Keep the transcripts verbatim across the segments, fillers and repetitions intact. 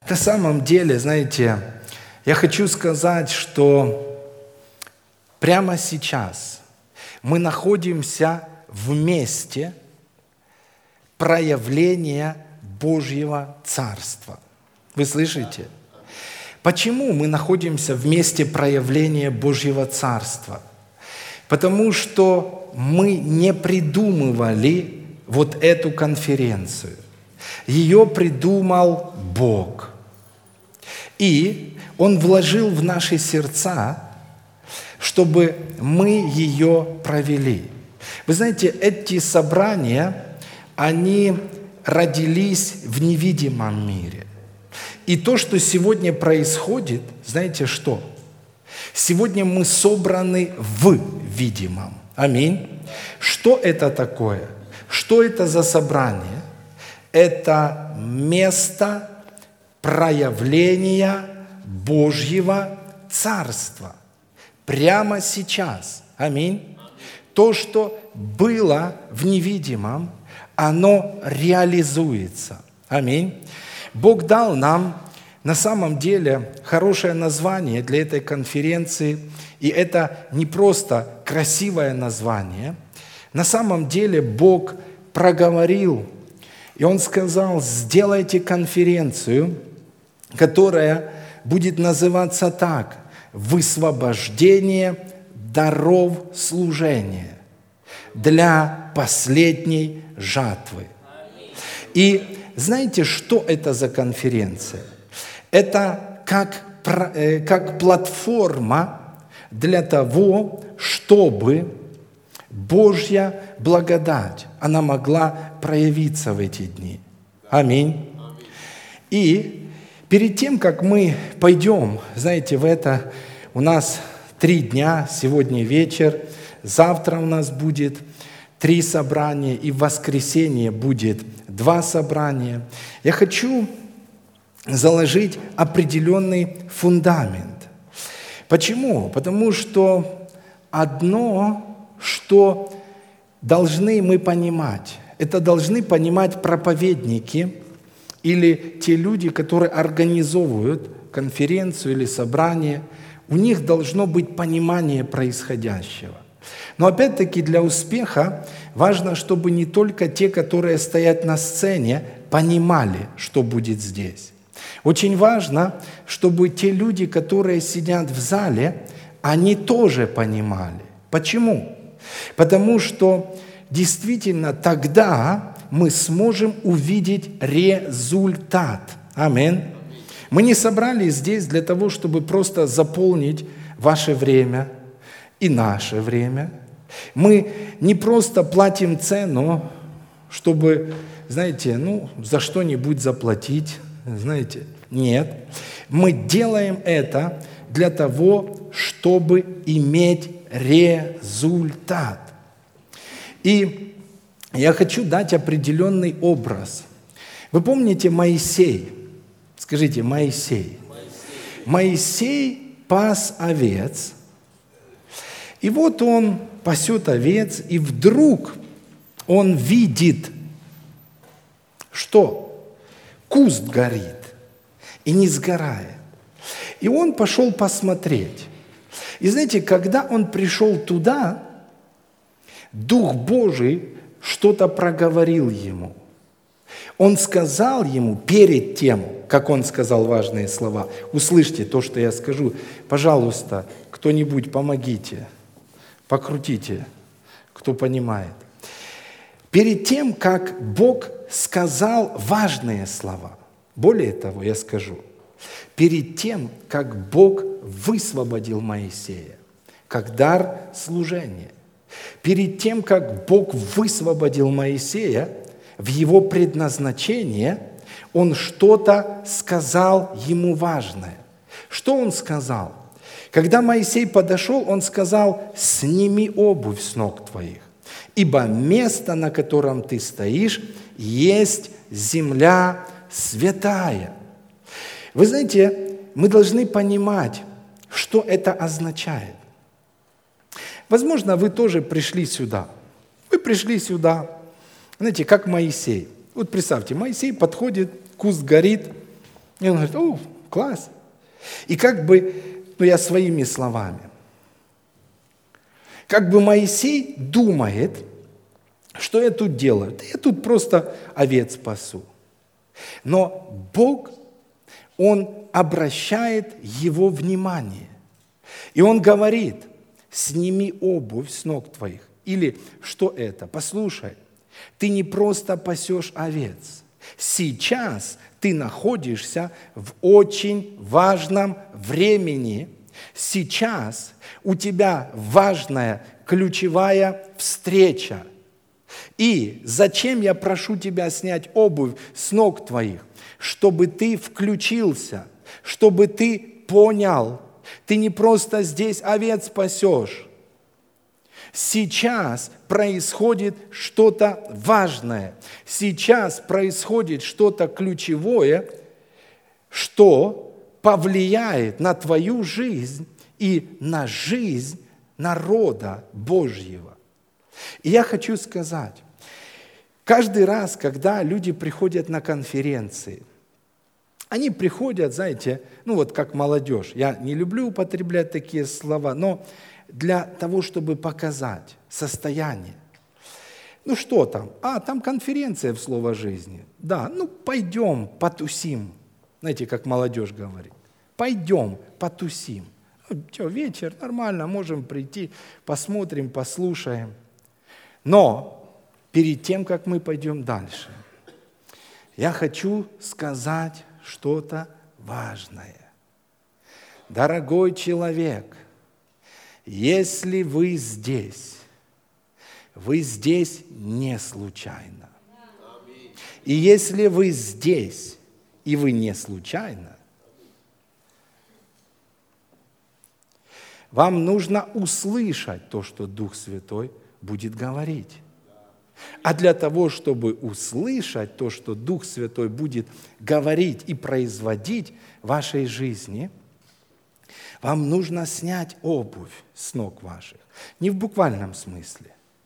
На самом деле, знаете, я хочу сказать, что прямо сейчас мы находимся в месте проявления Божьего Царства. Вы слышите? Почему мы находимся в месте проявления Божьего Царства? Потому что мы не придумывали вот эту конференцию. Ее придумал Бог. И Он вложил в наши сердца, чтобы мы ее провели. Вы знаете, эти собрания, они родились в невидимом мире. И то, что сегодня происходит, знаете что? Сегодня мы собраны в видимом. Аминь. Что это такое? Что это за собрание? Это место проявления Божьего Царства. Прямо сейчас. Аминь. То, что было в невидимом, оно реализуется. Аминь. Бог дал нам на самом деле хорошее название для этой конференции, и это не просто красивое название. На самом деле Бог проговорил, и Он сказал: сделайте конференцию, которая будет называться так: «Высвобождение даров служения для последней жатвы». И знаете, что это за конференция? Это как, как платформа для того, чтобы Божья благодать, она могла проявиться в эти дни. Аминь. И перед тем, как мы пойдем, знаете, в это, у нас три дня, сегодня вечер, завтра у нас будет три собрания, и в воскресенье будет два собрания. Я хочу заложить определенный фундамент. Почему? Потому что одно, что должны мы понимать, это должны понимать проповедники или те люди, которые организовывают конференцию или собрание. У них должно быть понимание происходящего. Но опять-таки для успеха важно, чтобы не только те, которые стоят на сцене, понимали, что будет здесь. Очень важно, чтобы те люди, которые сидят в зале, они тоже понимали. Почему? Потому что действительно тогда мы сможем увидеть результат. Аминь. Мы не собрались здесь для того, чтобы просто заполнить ваше время и наше время. Мы не просто платим цену, чтобы, знаете, ну, за что-нибудь заплатить, знаете. Нет. Мы делаем это для того, чтобы иметь результат. И я хочу дать определенный образ. Вы помните Моисей? Скажите, Моисей. Моисей, Моисей пас овец. И вот он пасет овец, и вдруг он видит, что куст горит и не сгорает. И он пошел посмотреть. И знаете, когда он пришел туда, Дух Божий что-то проговорил ему. Он сказал ему перед тем, как он сказал важные слова, услышьте то, что я скажу, пожалуйста, кто-нибудь помогите, покрутите, кто понимает. Перед тем, как Бог сказал важные слова, более того, я скажу, перед тем, как Бог высвободил Моисея, как дар служения, перед тем, как Бог высвободил Моисея в его предназначение, Он что-то сказал ему важное. Что Он сказал? Когда Моисей подошел, Он сказал: «Сними обувь с ног твоих, ибо место, на котором ты стоишь, есть земля святая». Вы знаете, мы должны понимать, что это означает. Возможно, вы тоже пришли сюда. Вы пришли сюда, знаете, как Моисей. Вот представьте, Моисей подходит, куст горит, И он говорит: о, класс. И как бы, ну я своими словами, как бы Моисей думает, что я тут делаю? Да я тут просто овец пасу. Но Бог, Он обращает его внимание. И Он говорит: сними обувь с ног твоих. Или что это? Послушай, ты не просто пасешь овец. Сейчас ты находишься в очень важном времени. Сейчас у тебя важная, ключевая встреча. И зачем я прошу тебя снять обувь с ног твоих? Чтобы ты включился, чтобы ты понял, ты не просто здесь овец пасешь. Сейчас происходит что-то важное. Сейчас происходит что-то ключевое, что повлияет на твою жизнь и на жизнь народа Божьего. И я хочу сказать, каждый раз, когда люди приходят на конференции, они приходят, знаете, ну вот как молодежь. Я не люблю употреблять такие слова, но для того, чтобы показать состояние. Ну что там? А, там конференция в слово жизни. Да, ну пойдем потусим. Знаете, как молодежь говорит. Пойдем потусим. Ну, что, вечер, нормально, можем прийти, посмотрим, послушаем. Но перед тем, как мы пойдем дальше, я хочу сказать что-то важное. Дорогой человек, если вы здесь, вы здесь не случайно. И если вы здесь, и вы не случайно, вам нужно услышать то, что Дух Святой будет говорить. А для того, чтобы услышать то, что Дух Святой будет говорить и производить в вашей жизни, вам нужно снять обувь с ног ваших. Не в буквальном смысле.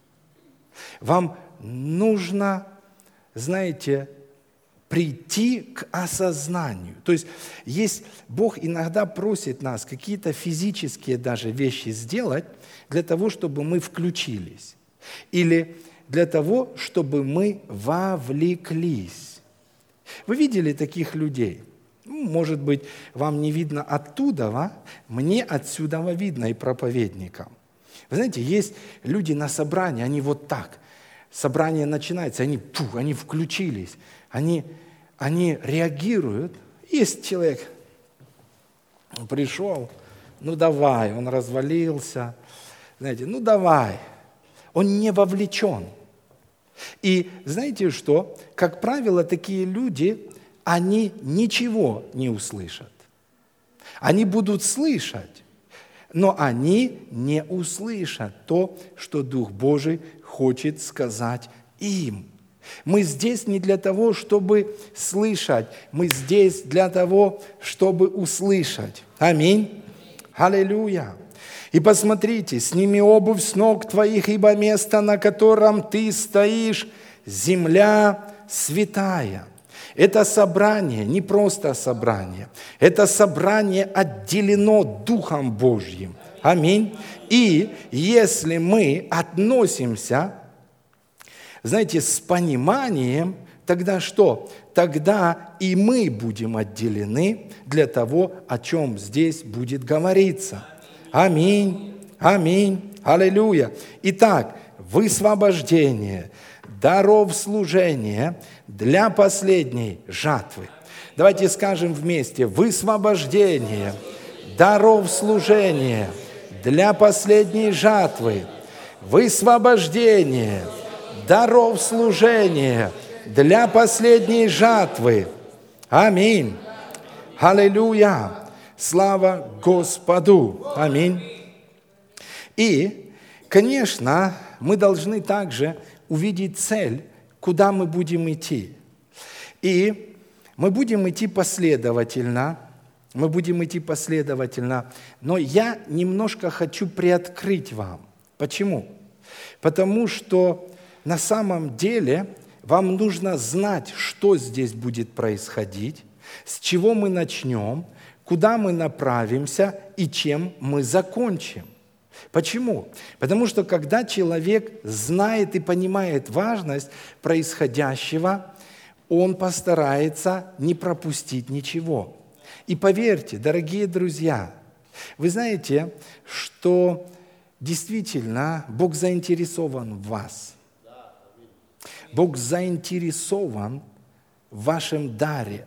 Вам нужно, знаете, прийти к осознанию. То есть, есть Бог иногда просит нас какие-то физические даже вещи сделать для того, чтобы мы включились. Или для того, чтобы мы вовлеклись. Вы видели таких людей? Может быть, вам не видно оттуда, а? Мне отсюда видно и проповедникам. Вы знаете, есть люди на собрании, они вот так. Собрание начинается, они, пух, они включились, они, они реагируют. Есть человек, пришел, ну давай, он развалился, знаете, ну давай. Он не вовлечен. И знаете что? Как правило, такие люди, они ничего не услышат. Они будут слышать, но они не услышат то, что Дух Божий хочет сказать им. Мы здесь не для того, чтобы слышать, мы здесь для того, чтобы услышать. Аминь. Аллилуйя. И посмотрите, сними обувь с ног твоих, ибо место, на котором ты стоишь, земля святая. Это собрание, не просто собрание, это собрание отделено Духом Божьим. Аминь. И если мы относимся, знаете, с пониманием, тогда что? Тогда и мы будем отделены для того, о чем здесь будет говориться. Аминь, аминь, аллилуйя. Итак, высвобождение даров служения для последней жатвы. Давайте скажем вместе: высвобождение даров служения для последней жатвы. Высвобождение даров служения для последней жатвы. Аминь. Аллилуйя. Слава Господу. Аминь. И, конечно, мы должны также увидеть цель, куда мы будем идти. И мы будем идти последовательно, мы будем идти последовательно, но я немножко хочу приоткрыть вам. Почему? Потому что на самом деле вам нужно знать, что здесь будет происходить, с чего мы начнем, куда мы направимся и чем мы закончим. Почему? Потому что когда человек знает и понимает важность происходящего, он постарается не пропустить ничего. И поверьте, дорогие друзья, вы знаете, что действительно Бог заинтересован в вас. Бог заинтересован в вашем даре.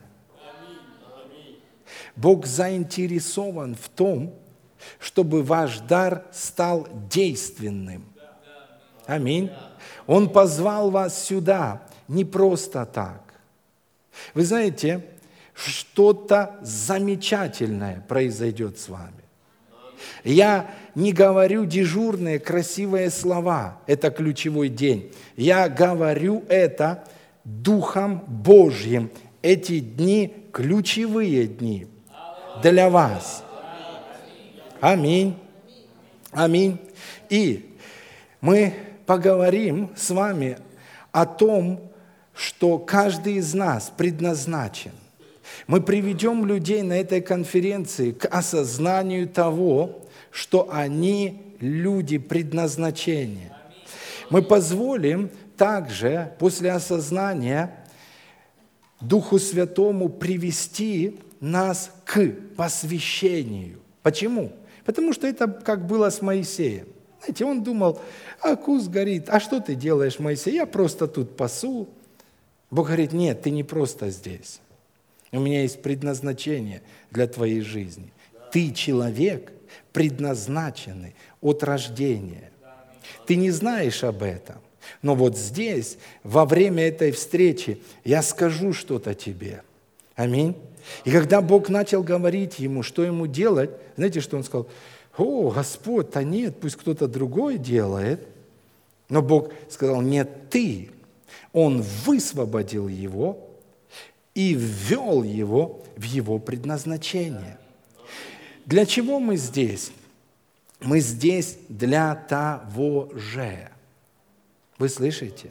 Бог заинтересован в том, чтобы ваш дар стал действенным. Аминь. Он позвал вас сюда не просто так. Вы знаете, что-то замечательное произойдет с вами. Я не говорю дежурные красивые слова, это ключевой день. Я говорю это Духом Божьим. Эти дни – ключевые дни для вас. Аминь. Аминь. И мы поговорим с вами о том, что каждый из нас предназначен. Мы приведем людей на этой конференции к осознанию того, что они люди предназначения. Мы позволим также после осознания Духу Святому привести нас к посвящению. Почему? Потому что это как было с Моисеем. Знаете, он думал, а куст горит, а что ты делаешь, Моисей? Я просто тут пасу. Бог говорит, нет, ты не просто здесь. У меня есть предназначение для твоей жизни. Ты человек, предназначенный от рождения. Ты не знаешь об этом. Но вот здесь, во время этой встречи, я скажу что-то тебе. Аминь. И когда Бог начал говорить ему, что ему делать, знаете, что он сказал? О, Господь-то нет, пусть кто-то другой делает. Но Бог сказал, нет, ты. Он высвободил его и ввел его в его предназначение. Для чего мы здесь? Мы здесь для того же. Вы слышите?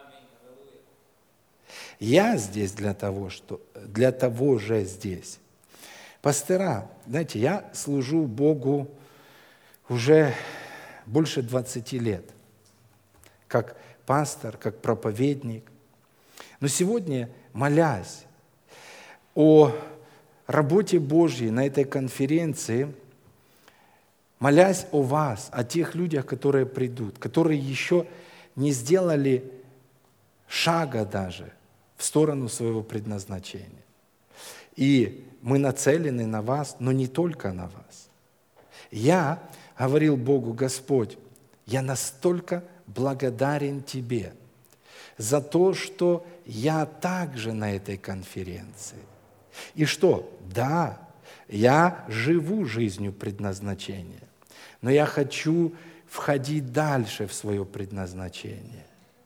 Я здесь для того, что, для того же здесь. Пастыра, знаете, я служу Богу уже больше двадцати лет. Как пастор, как проповедник. Но сегодня, молясь о работе Божьей на этой конференции, молясь о вас, о тех людях, которые придут, которые еще не сделали шага даже в сторону своего предназначения. И мы нацелены на вас, но не только на вас. Я говорил Богу, Господь, я настолько благодарен Тебе за то, что я также на этой конференции. И что? Да, я живу жизнью предназначения, но я хочу входить дальше в свое предназначение.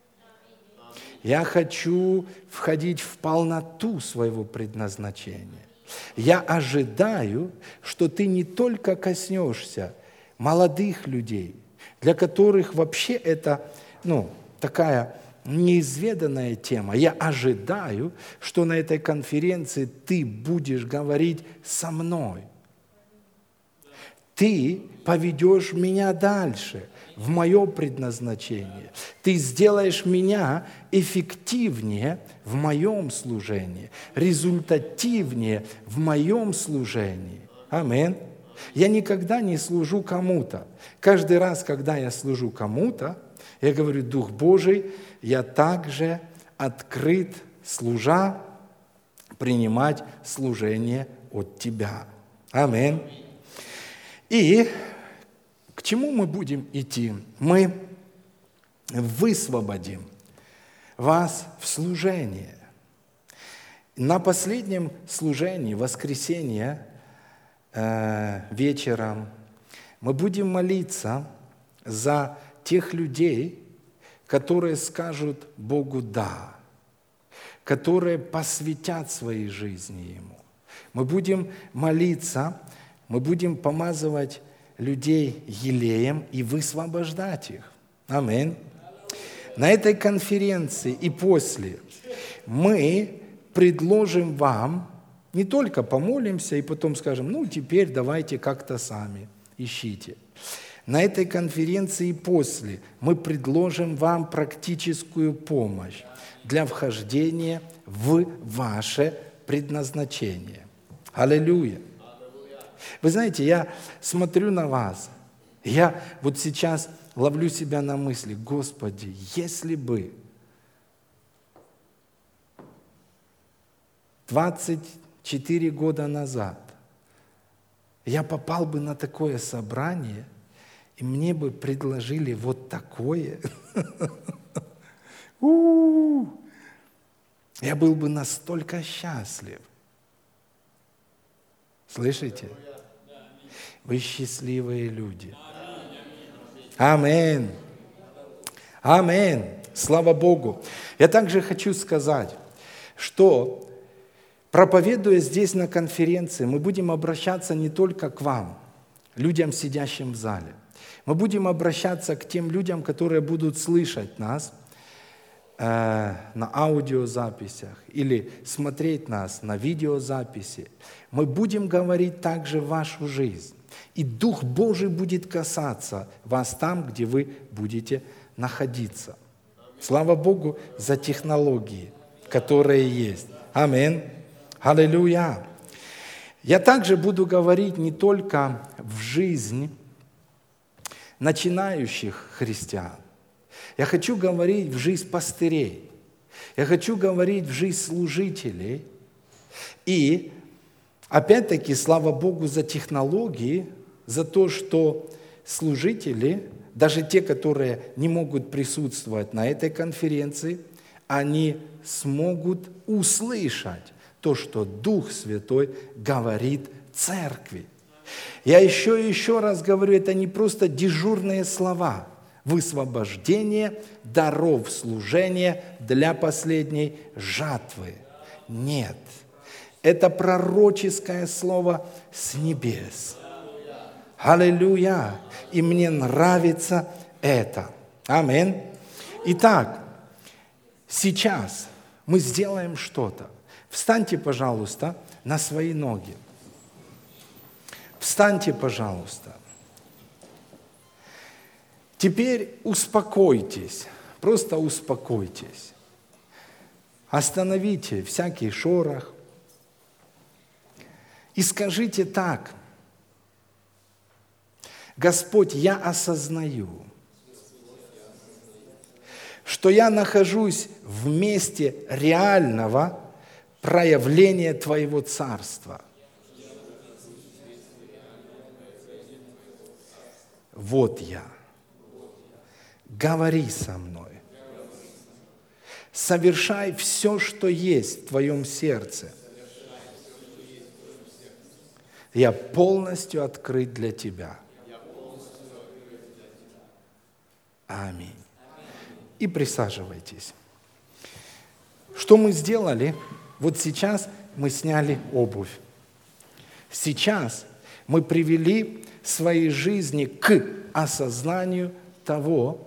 Я хочу входить в полноту своего предназначения. Я ожидаю, что ты не только коснешься молодых людей, для которых вообще это, ну, такая неизведанная тема. Я ожидаю, что на этой конференции ты будешь говорить со мной. Ты поведешь меня дальше в мое предназначение. Ты сделаешь меня эффективнее в моем служении, результативнее в моем служении. Аминь. Я никогда не служу кому-то. Каждый раз, когда я служу кому-то, я говорю, Дух Божий, я также открыт, служа, принимать служение от Тебя. Аминь. И к чему мы будем идти? Мы высвободим вас в служение. На последнем служении, воскресенье, э, вечером, мы будем молиться за тех людей, которые скажут Богу «да», которые посвятят своей жизни Ему. Мы будем молиться, мы будем помазывать людей елеем и высвобождать их. Аминь. На этой конференции и после мы предложим вам Не только помолимся и потом скажем, ну, теперь давайте как-то сами ищите. На этой конференции и после мы предложим вам практическую помощь для вхождения в ваше предназначение. Аллилуйя! Вы знаете, я смотрю на вас, я вот сейчас ловлю себя на мысли, Господи, если бы двадцать четыре года назад я попал бы на такое собрание, и мне бы предложили вот такое, я был бы настолько счастлив. Слышите? Вы счастливые люди. Аминь. Аминь. Слава Богу. Я также хочу сказать, что проповедуя здесь на конференции, мы будем обращаться не только к вам, людям, сидящим в зале. Мы будем обращаться к тем людям, которые будут слышать нас э, на аудиозаписях или смотреть нас на видеозаписи. Мы будем говорить также в вашу жизнь. И Дух Божий будет касаться вас там, где вы будете находиться. Слава Богу за технологии, которые есть. Аминь. Аллилуйя. Я также буду говорить не только в жизнь начинающих христиан. Я хочу говорить в жизнь пастырей. Я хочу говорить в жизнь служителей. И опять-таки, слава Богу за технологии, за то, что служители, даже те, которые не могут присутствовать на этой конференции, они смогут услышать то, что Дух Святой говорит церкви. Я еще и еще раз говорю, это не просто дежурные слова. Высвобождение даров служения для последней жатвы. Нет. Это пророческое слово с небес. Аллилуйя! И мне нравится это. Аминь. Итак, сейчас мы сделаем что-то. Встаньте, пожалуйста, на свои ноги. Встаньте, пожалуйста. Теперь успокойтесь, просто успокойтесь. Остановите всякий шорох. И скажите так: Господь, я осознаю, что я нахожусь в месте реального проявления Твоего Царства. Вот я. Говори со мной. Совершай все, что есть в Твоем сердце. Я полностью открыт для Тебя. Аминь. И присаживайтесь. Что мы сделали? Вот сейчас мы сняли обувь. Сейчас мы привели свои жизни к осознанию того,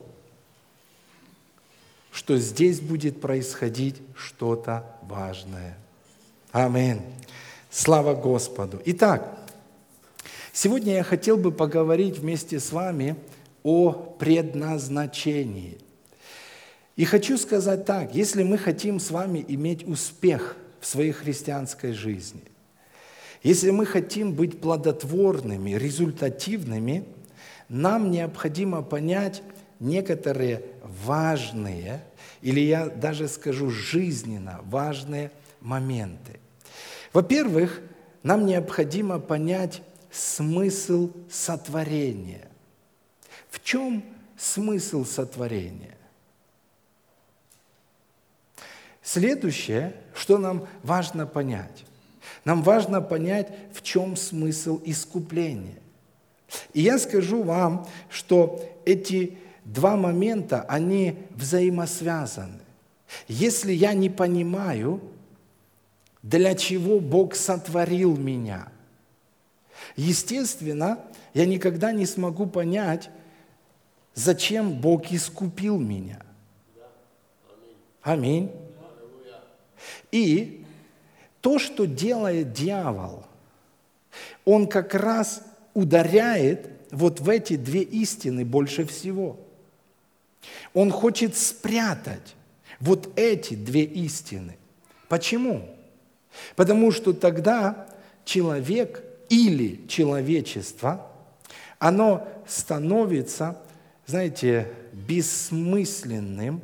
что здесь будет происходить что-то важное. Аминь. Слава Господу. Итак, сегодня я хотел бы поговорить вместе с вами о предназначении. И хочу сказать так: если мы хотим с вами иметь успех в своей христианской жизни, если мы хотим быть плодотворными, результативными, нам необходимо понять некоторые важные, или я даже скажу жизненно важные моменты. Во-первых, нам необходимо понять смысл сотворения. В чем смысл сотворения? Следующее, что нам важно понять. Нам важно понять, в чем смысл искупления. И я скажу вам, что эти два момента, они взаимосвязаны. Если я не понимаю, для чего Бог сотворил меня, естественно, я никогда не смогу понять, зачем Бог искупил меня. Аминь. И то, что делает дьявол, он как раз ударяет вот в эти две истины больше всего. Он хочет спрятать вот эти две истины. Почему? Потому что тогда человек или человечество, оно становится, знаете, бессмысленным.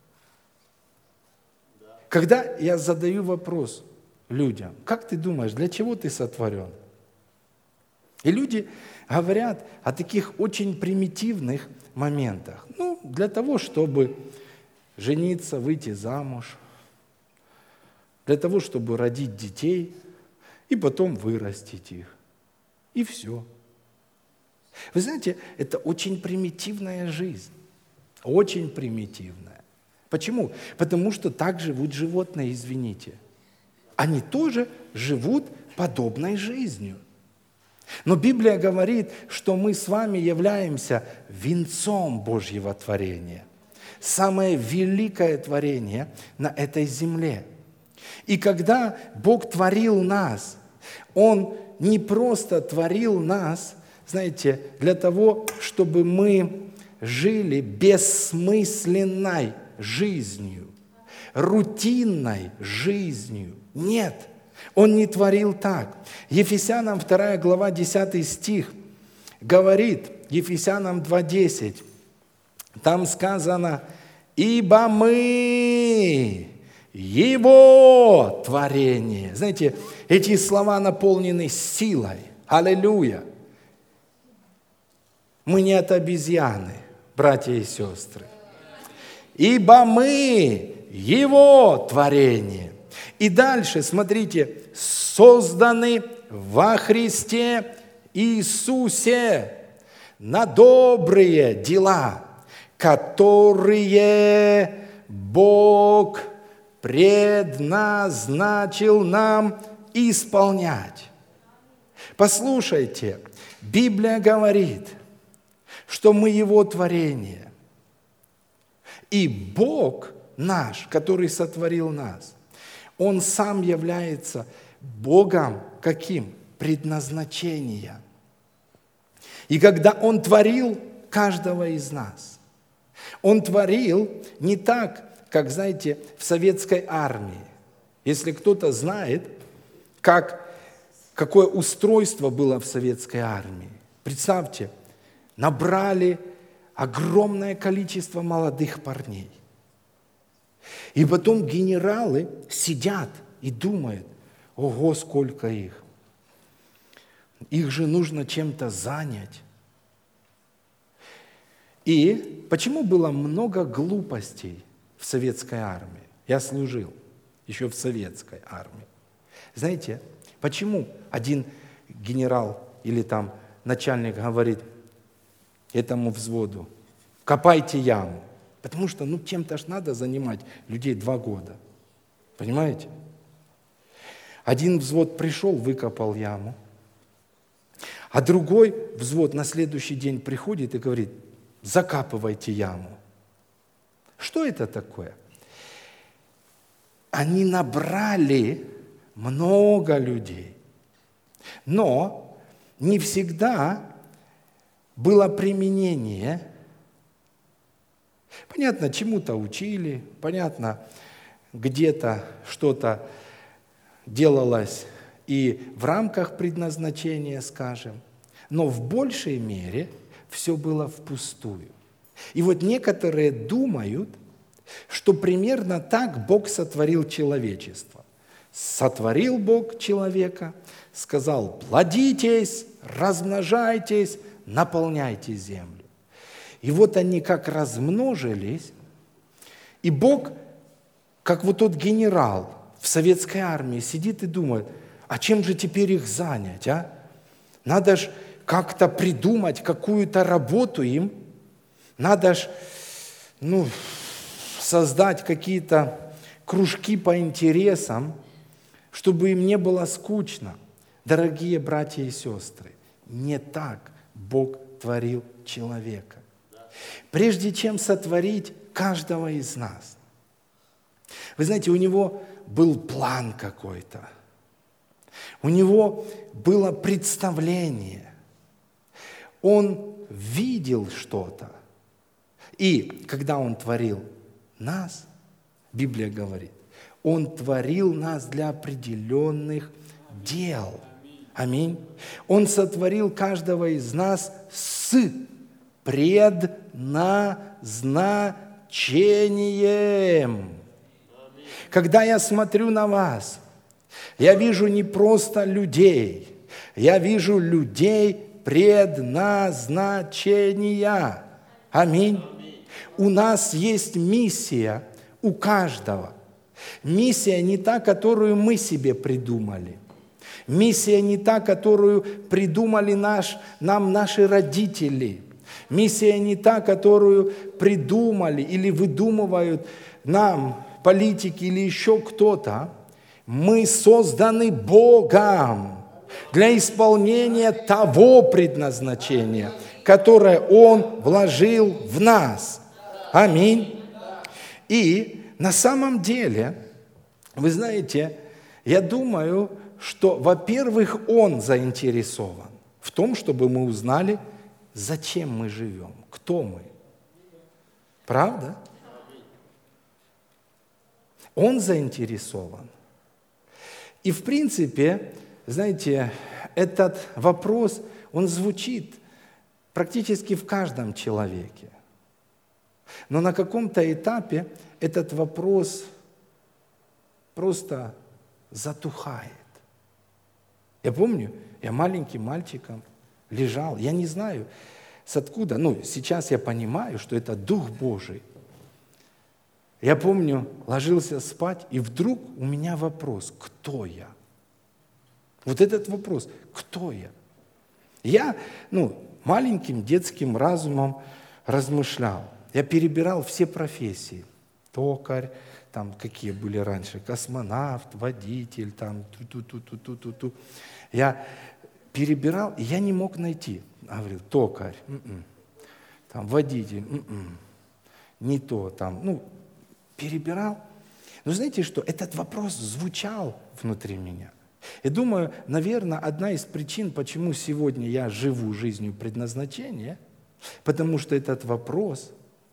Когда я задаю вопрос людям, как ты думаешь, для чего ты сотворен? И люди говорят о таких очень примитивных моментах. Ну, для того, чтобы жениться, выйти замуж, для того, чтобы родить детей и потом вырастить их. И все. Вы знаете, это очень примитивная жизнь. Очень примитивная. Почему? Потому что так живут животные, извините. Они тоже живут подобной жизнью. Но Библия говорит, что мы с вами являемся венцом Божьего творения. Самое великое творение на этой земле. И когда Бог творил нас, Он не просто творил нас, знаете, для того, чтобы мы жили бессмысленной жизнью, рутинной жизнью. Нет, Он не творил так. Ефесянам вторая глава, десятый стих говорит, Ефесянам два десять, там сказано, «Ибо мы Его творение». Знаете, эти слова наполнены силой. Аллилуйя. Мы не от обезьяны, братья и сестры. «Ибо мы Его творение». И дальше, смотрите, «созданы во Христе Иисусе на добрые дела, которые Бог предназначил нам исполнять». Послушайте, Библия говорит, что мы Его творение. И Бог наш, который сотворил нас, Он сам является Богом каким? Предназначения. И когда Он творил каждого из нас, Он творил не так, как, знаете, в советской армии. Если кто-то знает, как, какое устройство было в советской армии, представьте, набрали огромное количество молодых парней. И потом генералы сидят и думают, ого, сколько их. Их же нужно чем-то занять. И почему было много глупостей в советской армии? Я служил еще в советской армии. Знаете, почему один генерал или там начальник говорит этому взводу, копайте яму? Потому что, ну, чем-то ж надо занимать людей два года. Понимаете? Один взвод пришел, выкопал яму, а другой взвод на следующий день приходит и говорит, закапывайте яму. Что это такое? Они набрали много людей, но не всегда было применение. Понятно, чему-то учили, понятно, где-то что-то делалось и в рамках предназначения, скажем, но в большей мере все было впустую. И вот некоторые думают, что примерно так Бог сотворил человечество. Сотворил Бог человека, сказал, плодитесь, размножайтесь, наполняйте землю. И вот они как размножились, и Бог, как вот тот генерал в советской армии, сидит и думает, а чем же теперь их занять, а? Надо ж как-то придумать какую-то работу им, надо ж, ну, создать какие-то кружки по интересам, чтобы им не было скучно. Дорогие братья и сестры, не так Бог творил человека. Прежде чем сотворить каждого из нас, вы знаете, у него был план какой-то. У него было представление. Он видел что-то. И когда Он творил нас, Библия говорит, Он творил нас для определенных дел. Аминь. Он сотворил каждого из нас с предназначением. Когда я смотрю на вас, я вижу не просто людей, я вижу людей предназначения. Аминь. У нас есть миссия, у каждого. Миссия не та, которую мы себе придумали. Миссия не та, которую придумали наш, нам наши родители. Миссия не та, которую придумали или выдумывают нам политики или еще кто-то. Мы созданы Богом для исполнения того предназначения, которое Он вложил в нас. Аминь. И на самом деле, вы знаете, я думаю, что, во-первых, Он заинтересован в том, чтобы мы узнали, зачем мы живем, кто мы. Правда? Он заинтересован. И, в принципе, знаете, этот вопрос, он звучит практически в каждом человеке. Но на каком-то этапе этот вопрос просто затухает. Я помню, я маленьким мальчиком лежал, я не знаю, с откуда, ну, сейчас я понимаю, что это Дух Божий. Я помню, ложился спать, и вдруг у меня вопрос, кто я? Вот этот вопрос, кто я? Я, ну, маленьким детским разумом размышлял. Я перебирал все профессии. Токарь, там какие были раньше, космонавт, водитель, там ту-ту-ту-ту-ту-ту. Я перебирал, и я не мог найти. Я говорил, токарь, м-м. Там водитель, м-м. Не то, там, ну, перебирал. Но знаете что, этот вопрос звучал внутри меня. Я думаю, наверное, одна из причин, почему сегодня я живу жизнью предназначения, потому что этот вопрос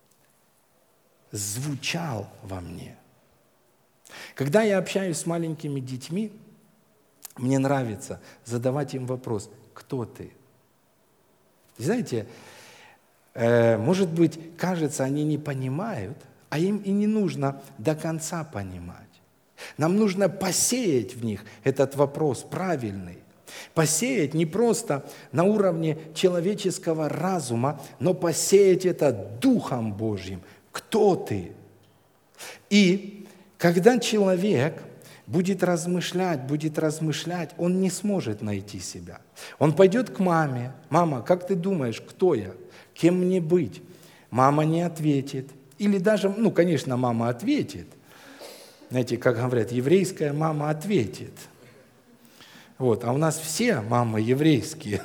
звучал во мне. Когда я общаюсь с маленькими детьми, мне нравится задавать им вопрос, кто ты? Знаете, э, может быть, кажется, они не понимают, а им и не нужно до конца понимать. Нам нужно посеять в них этот вопрос правильный. Посеять не просто на уровне человеческого разума, но посеять это Духом Божьим. Кто ты? И когда человек будет размышлять, будет размышлять, он не сможет найти себя. Он пойдет к маме. Мама, как ты думаешь, кто я? Кем мне быть? Мама не ответит. Или даже, ну, конечно, мама ответит. Знаете, как говорят, еврейская мама ответит. Вот, а у нас все мамы еврейские.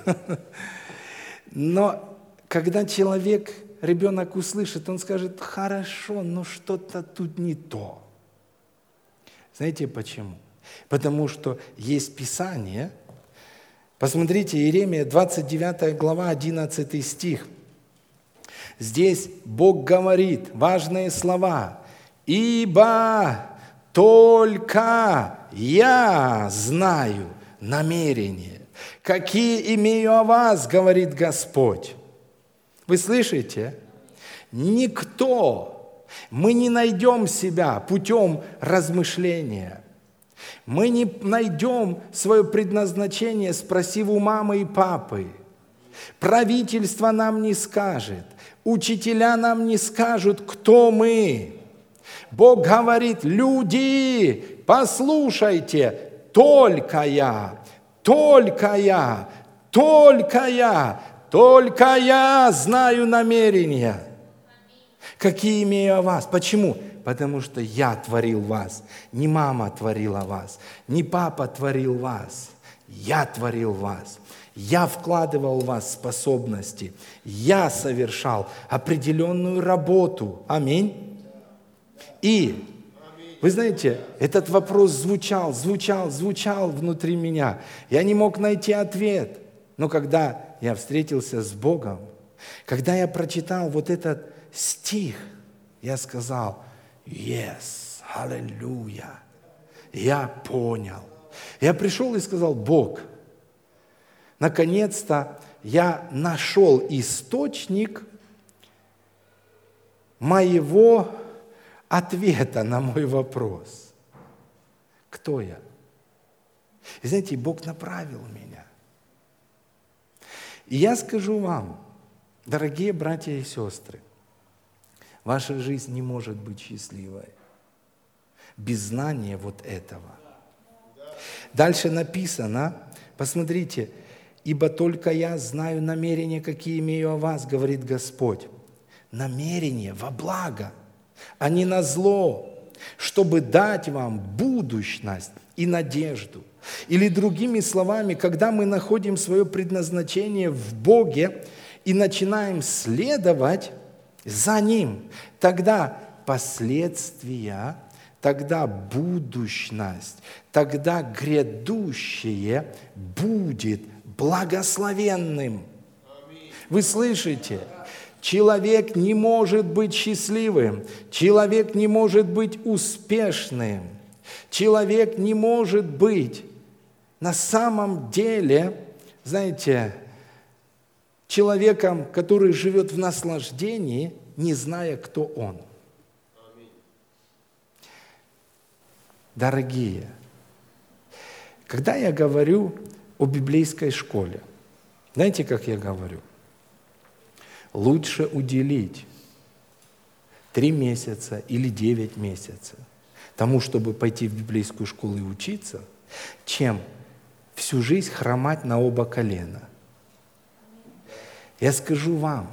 Но когда человек, ребенок услышит, он скажет, хорошо, но что-то тут не то. Знаете почему? Потому что есть Писание. Посмотрите, Иеремия, двадцать девятая глава, одиннадцатый стих. Здесь Бог говорит важные слова. «Ибо только я знаю намерения, какие имею о вас, говорит Господь». Вы слышите? Никто, мы не найдем себя путем размышления. Мы не найдем свое предназначение, спросив у мамы и папы. Правительство нам не скажет, учителя нам не скажут, кто мы. Бог говорит, люди, послушайте, только я, только я, только я, только я знаю намерения, какие имею о вас. Почему? Потому что я творил вас. Не мама творила вас, не папа творил вас. Я творил вас. Я вкладывал в вас способности. Я совершал определенную работу. Аминь. И Вы знаете, этот вопрос звучал, звучал, звучал внутри меня. Я не мог найти ответ. Но когда я встретился с Богом, когда я прочитал вот этот стих, я сказал: «Yes, аллилуйя». Я понял. Я пришел и сказал: Бог, наконец-то я нашел источник моего ответа на мой вопрос. Кто я? И знаете, Бог направил меня. И я скажу вам, дорогие братья и сестры, ваша жизнь не может быть счастливой без знания вот этого. Дальше написано, посмотрите, «Ибо только я знаю намерения, какие имею о вас, говорит Господь». Намерения во благо, а не на зло, чтобы дать вам будущность и надежду. Или другими словами, когда мы находим свое предназначение в Боге и начинаем следовать за Ним, тогда последствия, тогда будущность, тогда грядущее будет благословенным. Вы слышите? Человек не может быть счастливым, человек не может быть успешным, человек не может быть на самом деле, знаете, человеком, который живет в наслаждении, не зная, кто он. Дорогие, когда я говорю о библейской школе, знаете, как я говорю? Лучше уделить три месяца или девять месяцев тому, чтобы пойти в библейскую школу и учиться, чем всю жизнь хромать на оба колена. Я скажу вам,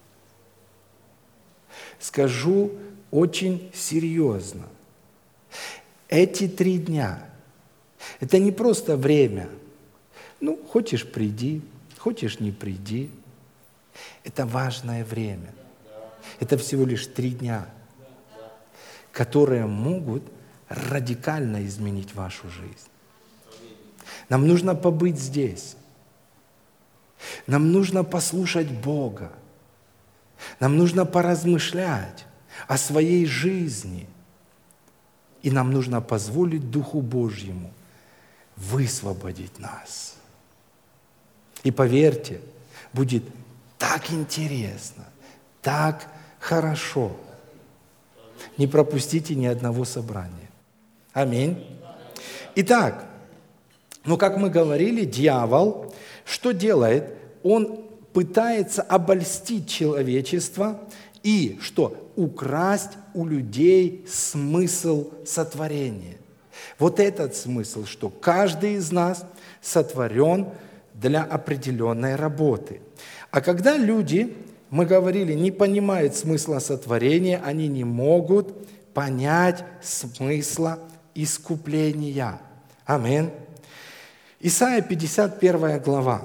скажу очень серьезно, эти три дня – это не просто время. Ну, хочешь – приди, хочешь – не приди. Это важное время. Это всего лишь три дня, которые могут радикально изменить вашу жизнь. Нам нужно побыть здесь. Нам нужно послушать Бога. Нам нужно поразмышлять о своей жизни. И нам нужно позволить Духу Божьему высвободить нас. И поверьте, будет так интересно, так хорошо. Не пропустите ни одного собрания. Аминь. Итак, ну как мы говорили, дьявол что делает? Он пытается обольстить человечество и что? Украсть у людей смысл сотворения. Вот этот смысл, что каждый из нас сотворен для определенной работы. А когда люди, мы говорили, не понимают смысла сотворения, они не могут понять смысла искупления. Аминь. Исайя пятьдесят первая глава.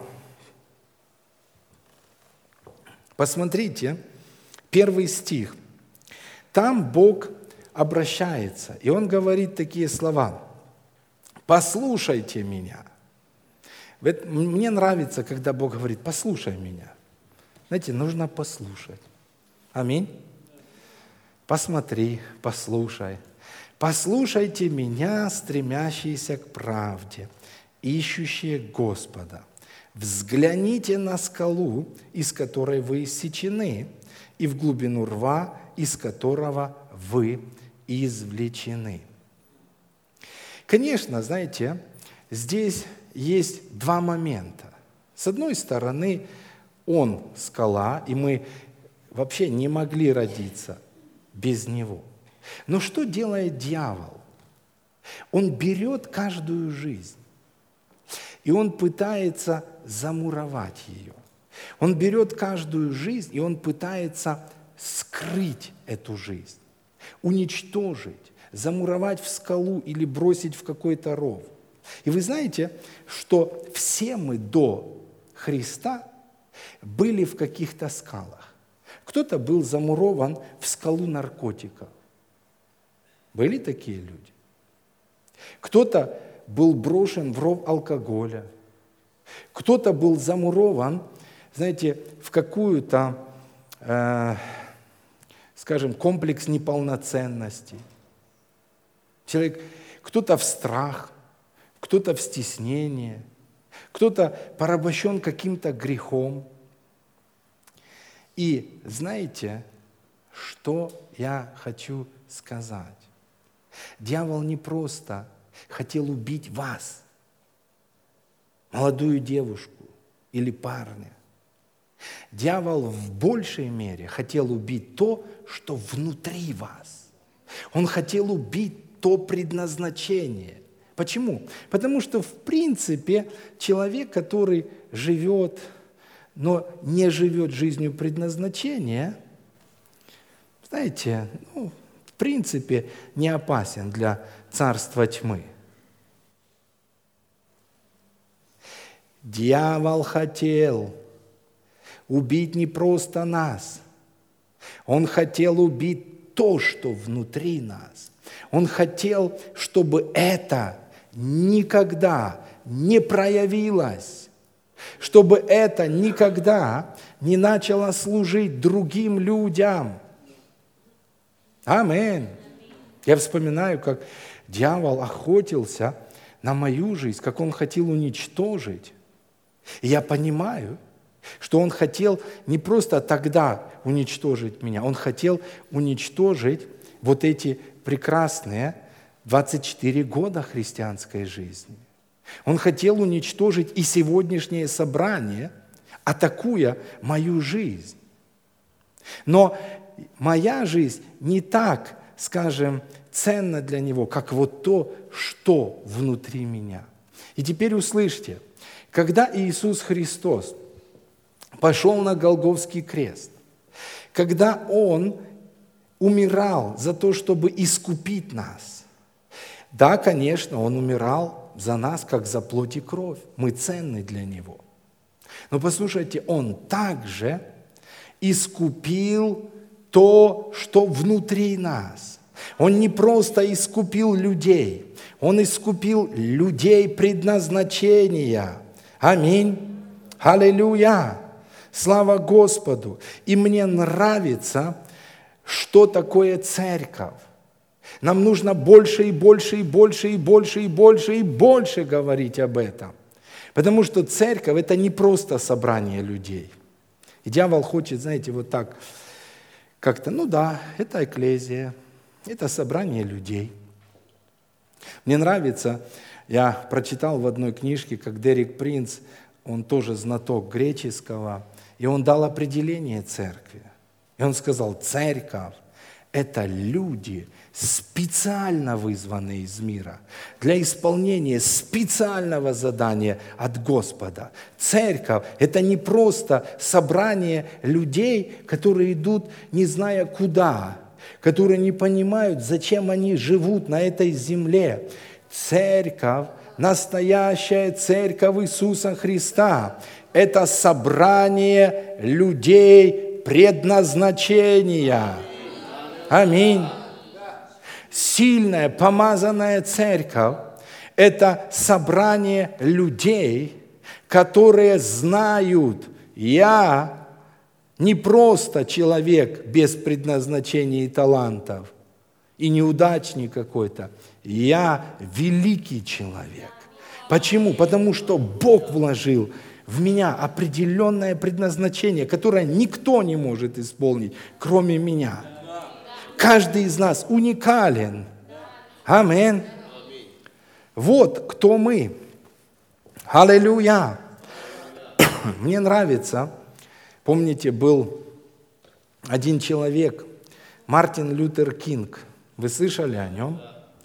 Посмотрите, первый стих. Там Бог обращается, и Он говорит такие слова. «Послушайте меня». Мне нравится, когда Бог говорит: «Послушай меня». Знаете, нужно послушать. Аминь. Посмотри, послушай. «Послушайте меня, стремящиеся к правде, ищущие Господа. Взгляните на скалу, из которой вы иссечены, и в глубину рва, из которого вы извлечены». Конечно, знаете, здесь есть два момента. С одной стороны, Он скала, и мы вообще не могли родиться без Него. Но что делает дьявол? Он берет каждую жизнь, и он пытается замуровать ее. Он берет каждую жизнь, и он пытается скрыть эту жизнь, уничтожить, замуровать в скалу или бросить в какой-то ров. И вы знаете, что все мы до Христа были в каких-то скалах. Кто-то был замурован в скалу наркотиков. Были такие люди. Кто-то был брошен в ров алкоголя. Кто-то был замурован, знаете, в какую-то, э, скажем, комплекс неполноценности. Человек, кто-то в страх, кто-то в стеснение, кто-то порабощен каким-то грехом. И знаете, что я хочу сказать? Дьявол не просто хотел убить вас, молодую девушку или парня. Дьявол в большей мере хотел убить то, что внутри вас. Он хотел убить то предназначение. Почему? Потому что, в принципе, человек, который живет, но не живет жизнью предназначения, знаете, ну, в принципе, не опасен для царства тьмы. Дьявол хотел убить не просто нас. Он хотел убить то, что внутри нас. Он хотел, чтобы это никогда не проявилось, чтобы это никогда не начало служить другим людям. Аминь. Я вспоминаю, как дьявол охотился на мою жизнь, как он хотел уничтожить. И я понимаю, что он хотел не просто тогда уничтожить меня, он хотел уничтожить вот эти прекрасные двадцать четыре года христианской жизни. Он хотел уничтожить и сегодняшнее собрание, атакуя мою жизнь. Но моя жизнь не так, скажем, ценна для него, как вот то, что внутри меня. И теперь услышьте, когда Иисус Христос пошел на Голгофский крест, когда Он умирал за то, чтобы искупить нас, да, конечно, Он умирал за нас, как за плоть и кровь. Мы ценны для Него. Но послушайте, Он также искупил то, что внутри нас. Он не просто искупил людей, Он искупил людей предназначения. Аминь. Аллилуйя. Слава Господу. И мне нравится, что такое церковь. Нам нужно больше и больше и больше и больше и больше и больше говорить об этом. Потому что церковь – это не просто собрание людей. И дьявол хочет, знаете, вот так как-то, ну да, это экклезия, это собрание людей. Мне нравится, я прочитал в одной книжке, как Дерек Принц, он тоже знаток греческого, и он дал определение церкви. И он сказал, церковь – это люди, специально вызванные из мира для исполнения специального задания от Господа. Церковь – это не просто собрание людей, которые идут не зная куда, которые не понимают, зачем они живут на этой земле. Церковь, настоящая церковь Иисуса Христа – это собрание людей предназначения. Аминь. Сильная, помазанная церковь – это собрание людей, которые знают, я не просто человек без предназначения и талантов, и неудачник какой-то, я великий человек. Почему? Потому что Бог вложил в меня определенное предназначение, которое никто не может исполнить, кроме меня. Каждый из нас уникален. Аминь. Вот кто мы. Аллилуйя. Мне нравится, помните, был один человек, Мартин Лютер Кинг. Вы слышали о нем?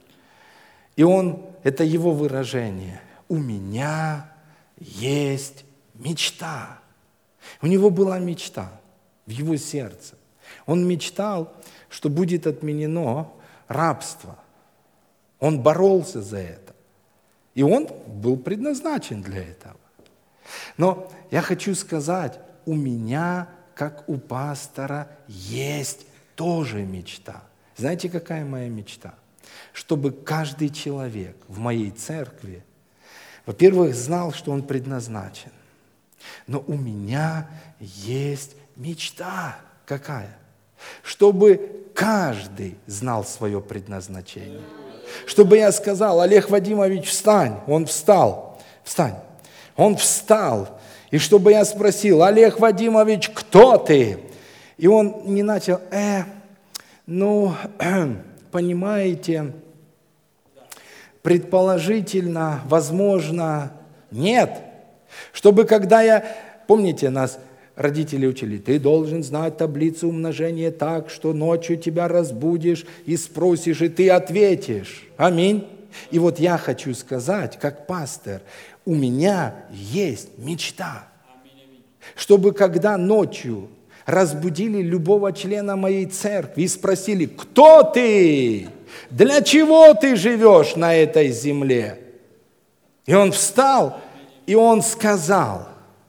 И он, это его выражение. У меня есть мечта. У него была мечта в его сердце. Он мечтал, что будет отменено рабство. Он боролся за это. И он был предназначен для этого. Но я хочу сказать, у меня, как у пастора, есть тоже мечта. Знаете, какая моя мечта? чтобы каждый человек в моей церкви, во-первых, знал, что он предназначен. Но у меня есть мечта. Какая? Чтобы каждый знал свое предназначение. Чтобы я сказал: Олег Вадимович, встань. Он встал. Встань. Он встал. И чтобы я спросил: Олег Вадимович, кто ты? И он не начал: э, ну, понимаете, предположительно, возможно, нет. Чтобы когда я, помните, нас родители учили: ты должен знать таблицу умножения так, что ночью тебя разбудишь и спросишь, и ты ответишь. Аминь. И вот я хочу сказать, как пастор, у меня есть мечта, чтобы когда ночью разбудили любого члена моей церкви и спросили: кто ты? Для чего ты живешь на этой земле? И он встал, и он сказал: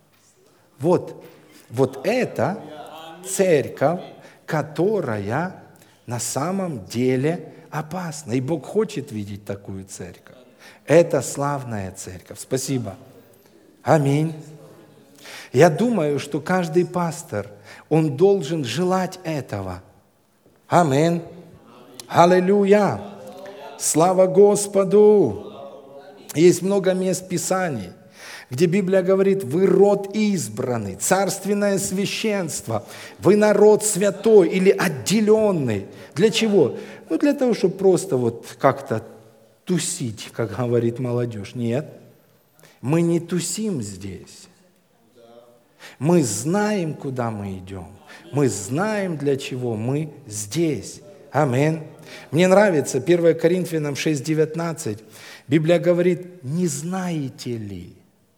вот, вот это церковь, которая на самом деле опасна. И Бог хочет видеть такую церковь. Это славная церковь. Спасибо. Аминь. Я думаю, что каждый пастор, он должен желать этого. Аминь. Аллилуйя. Слава Господу. Есть много мест Писаний, где Библия говорит: вы род избранный, царственное священство, вы народ святой или отделенный. Для чего? Ну, для того, чтобы просто вот как-то тусить, как говорит молодежь. Нет, мы не тусим здесь. Мы знаем, куда мы идем. Мы знаем, для чего мы здесь. Аминь. Мне нравится первое Коринфянам шесть девятнадцать. Библия говорит: не знаете ли,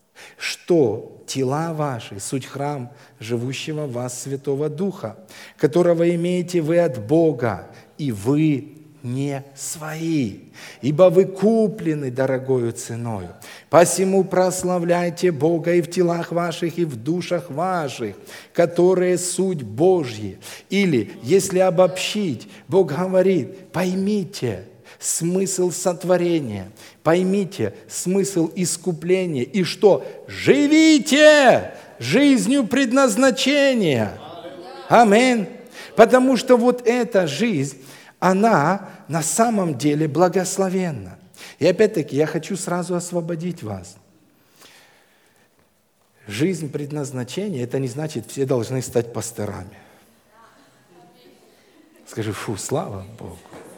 что тела ваши, суть храм живущего в вас Святого Духа, которого имеете вы от Бога, и вы не свои, ибо вы куплены дорогою ценою. Посему прославляйте Бога и в телах ваших, и в душах ваших, которые суть Божьи. Или, если обобщить, Бог говорит: поймите смысл сотворения, поймите смысл искупления, и что? Живите жизнью предназначения. Аминь. Потому что вот эта жизнь, она на самом деле благословенна. И опять-таки я хочу сразу освободить вас. Жизнь предназначения, это не значит, все должны стать пасторами. Скажи: фу, слава Богу.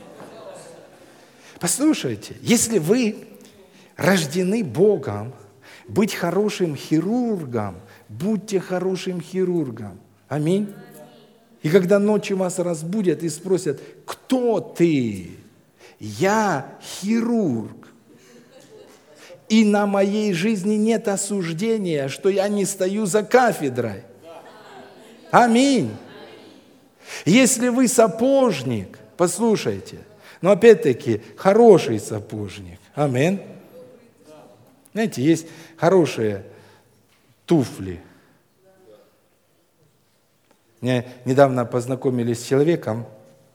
Послушайте, если вы рождены Богом, быть хорошим хирургом, будьте хорошим хирургом. Аминь. И когда ночью вас разбудят и спросят: кто ты? Я хирург. И на моей жизни нет осуждения, что я не стою за кафедрой. Аминь. Если вы сапожник, послушайте, но опять-таки хороший сапожник. Аминь. Знаете, есть хорошие туфли. Меня недавно познакомились с человеком,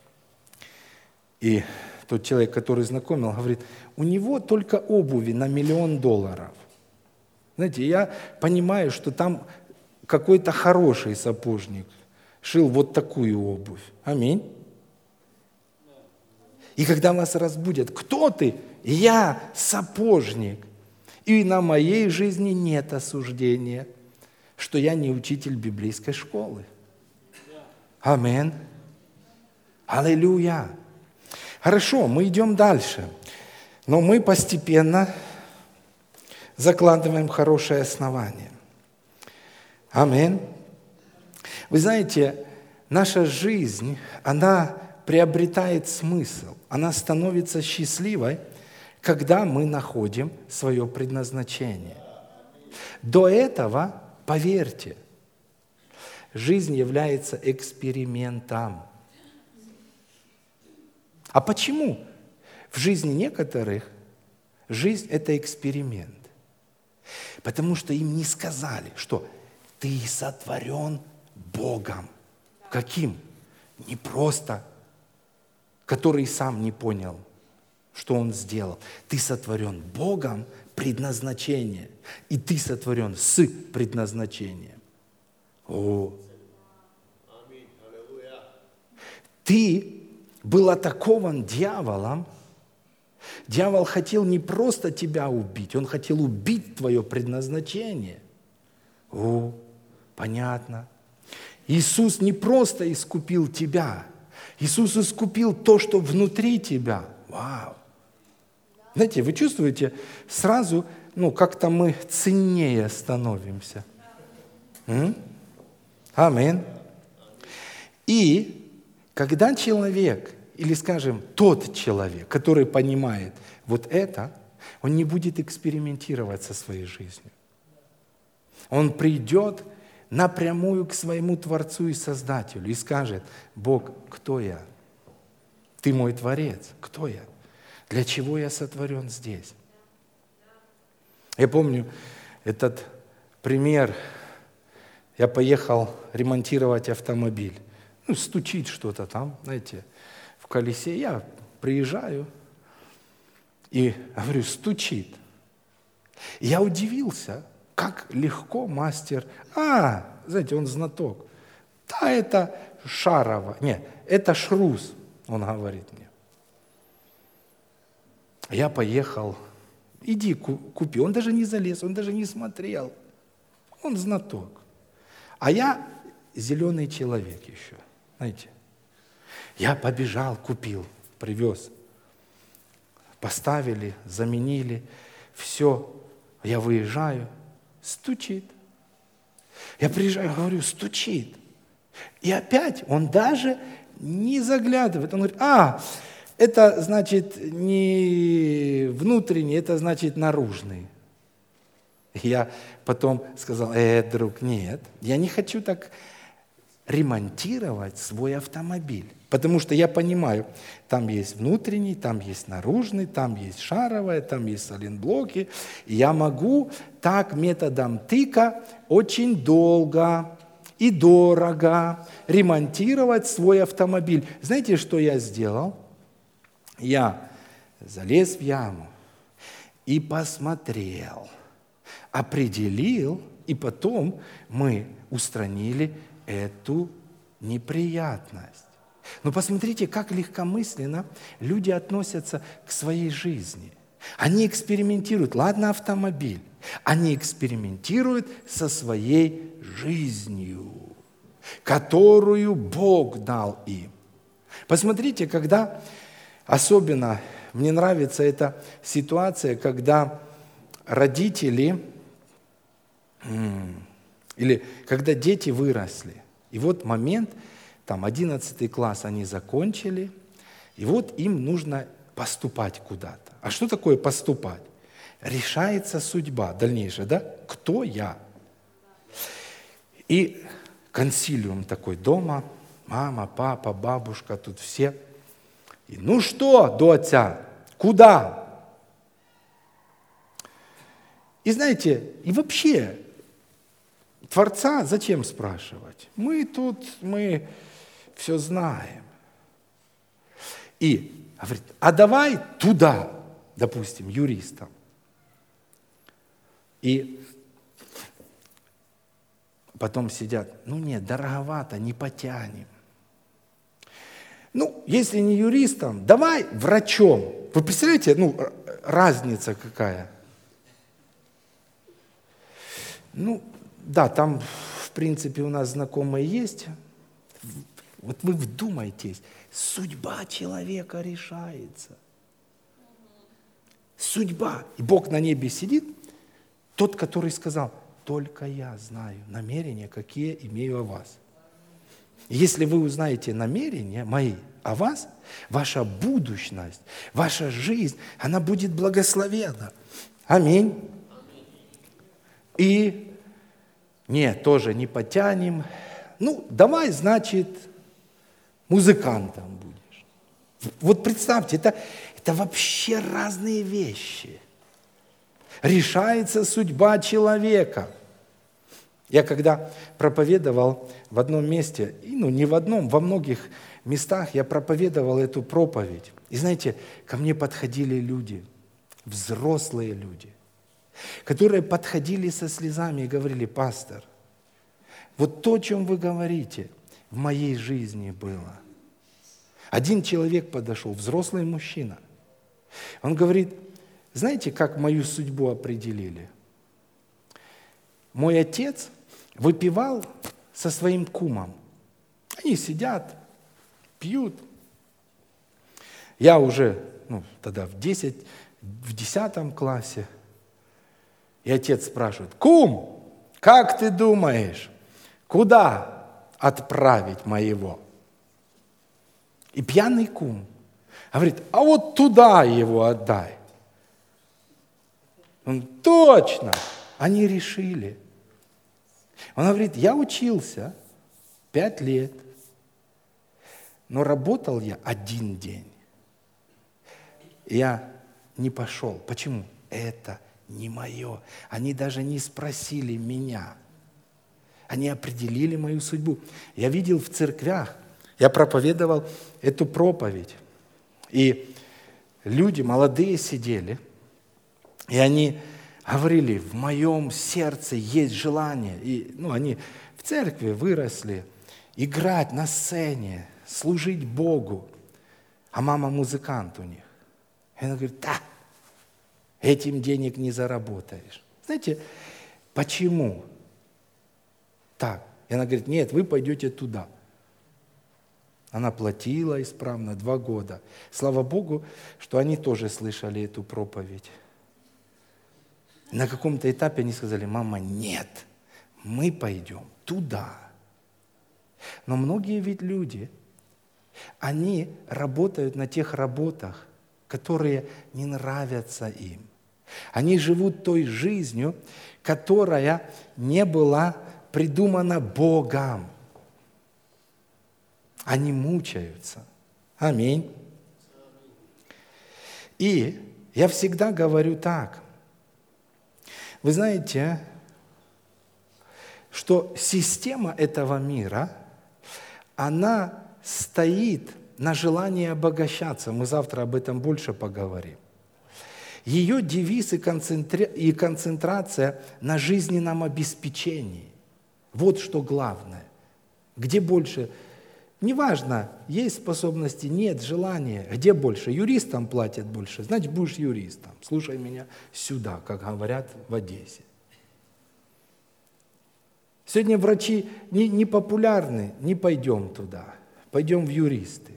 и тот человек, который знакомил, говорит: у него только обуви на миллион долларов. Знаете, я понимаю, что там какой-то хороший сапожник шил вот такую обувь. Аминь. И когда вас разбудят: кто ты? Я сапожник. И на моей жизни нет осуждения, что я не учитель библейской школы. Аминь. Аллилуйя. Хорошо, мы идем дальше. Но мы постепенно закладываем хорошее основание. Аминь. Вы знаете, наша жизнь, она приобретает смысл, она становится счастливой, когда мы находим свое предназначение. До этого, поверьте, жизнь является экспериментом. А почему? В жизни некоторых жизнь – это эксперимент. Потому что им не сказали, что ты сотворен Богом. Каким? Не просто, который сам не понял, что Он сделал. Ты сотворен Богом предназначение, и ты сотворен с предназначением. О. Ты был атакован дьяволом. Дьявол хотел не просто тебя убить, он хотел убить твое предназначение. О, понятно. Иисус не просто искупил тебя, Иисус искупил то, что внутри тебя. Вау! Знаете, вы чувствуете, сразу, ну, как-то мы ценнее становимся. М? Аминь. И когда человек, или, скажем, тот человек, который понимает вот это, он не будет экспериментировать со своей жизнью. Он придет напрямую к своему Творцу и Создателю и скажет: Бог, кто я? Ты мой Творец. Кто я? Для чего я сотворен здесь? Я помню этот пример. Я поехал ремонтировать автомобиль. Ну, стучит что-то там, знаете, в колесе. Я приезжаю и говорю: стучит. И я удивился, как легко мастер. А, знаете, он знаток. Да, это шарово. Нет, это шрус, он говорит мне. Я поехал. Иди купи. Он даже не залез, он даже не смотрел. Он знаток. А я зеленый человек еще, знаете. Я побежал, купил, привез. Поставили, заменили. Все. Я выезжаю. Стучит. Я приезжаю, говорю: стучит. И опять он даже не заглядывает. Он говорит: а, это значит не внутренний, это значит наружный. Я потом сказал: э, друг, нет, я не хочу так ремонтировать свой автомобиль. Потому что я понимаю, там есть внутренний, там есть наружный, там есть шаровое, там есть сайлентблоки. И я могу так методом тыка очень долго и дорого ремонтировать свой автомобиль. Знаете, что я сделал? Я залез в яму и посмотрел, определил, и потом мы устранили эту неприятность. Но посмотрите, как легкомысленно люди относятся к своей жизни. Они экспериментируют, ладно, автомобиль, они экспериментируют со своей жизнью, которую Бог дал им. Посмотрите, когда, особенно мне нравится эта ситуация, когда родители, или когда дети выросли, и вот момент, там одиннадцатый класс они закончили, и вот им нужно поступать куда-то. А что такое поступать? Решается судьба дальнейшая, да? Кто я? И консилиум такой дома, мама, папа, бабушка, тут все. И ну что, доча, куда? И знаете, и вообще, Творца зачем спрашивать? Мы тут, мы все знаем. И говорит: а давай туда, допустим, юристам. И потом сидят: ну нет, дороговато, не потянем. Ну, если не юристом, давай врачом. Вы представляете, ну, разница какая? Ну, да, там, в принципе, у нас знакомые есть. Вот вы вдумайтесь, судьба человека решается. Судьба. И Бог на небе сидит, тот, который сказал: только я знаю намерения, какие имею о вас. И если вы узнаете намерения мои о вас, ваша будущность, ваша жизнь, она будет благословена. Аминь. И нет, тоже не потянем. Ну, давай, значит, музыкантом будешь. Вот представьте, это, это вообще разные вещи. Решается судьба человека. Я когда проповедовал в одном месте, и, ну не в одном, во многих местах я проповедовал эту проповедь. И знаете, ко мне подходили люди, взрослые люди, которые подходили со слезами и говорили: пастор, вот то, о чем вы говорите, в моей жизни было. Один человек подошел, взрослый мужчина. Он говорит: знаете, как мою судьбу определили? Мой отец выпивал со своим кумом. Они сидят, пьют. Я уже ну, тогда в десять, в десятом классе. И отец спрашивает: кум, как ты думаешь, куда отправить моего? И пьяный кум говорит: а вот туда его отдай. Он: точно, они решили. Он говорит: я учился пять лет, но работал я один день. Я не пошел. Почему? Это не мое. Они даже не спросили меня. Они определили мою судьбу. Я видел в церквях, я проповедовал эту проповедь. И люди молодые сидели, и они говорили: в моем сердце есть желание. И, ну, они в церкви выросли, играть на сцене, служить Богу. А мама музыкант у них. И она говорит: да, этим денег не заработаешь. Знаете, почему так? И она говорит: нет, вы пойдете туда. Она платила исправно два года. Слава Богу, что они тоже слышали эту проповедь. На каком-то этапе они сказали: мама, нет, мы пойдем туда. Но многие ведь люди, они работают на тех работах, которые не нравятся им. Они живут той жизнью, которая не была придумана Богом. Они мучаются. Аминь. И я всегда говорю так. Вы знаете, что система этого мира, она стоит на желании обогащаться. Мы завтра об этом больше поговорим. Ее девиз и, концентра... и концентрация на жизненном обеспечении. Вот что главное. Где больше... Неважно, есть способности, нет, желания. Где больше? Юристам платят больше. Значит, будешь юристом. Слушай меня сюда, как говорят в Одессе. Сегодня врачи не, не популярны, не пойдем туда. Пойдем в юристы.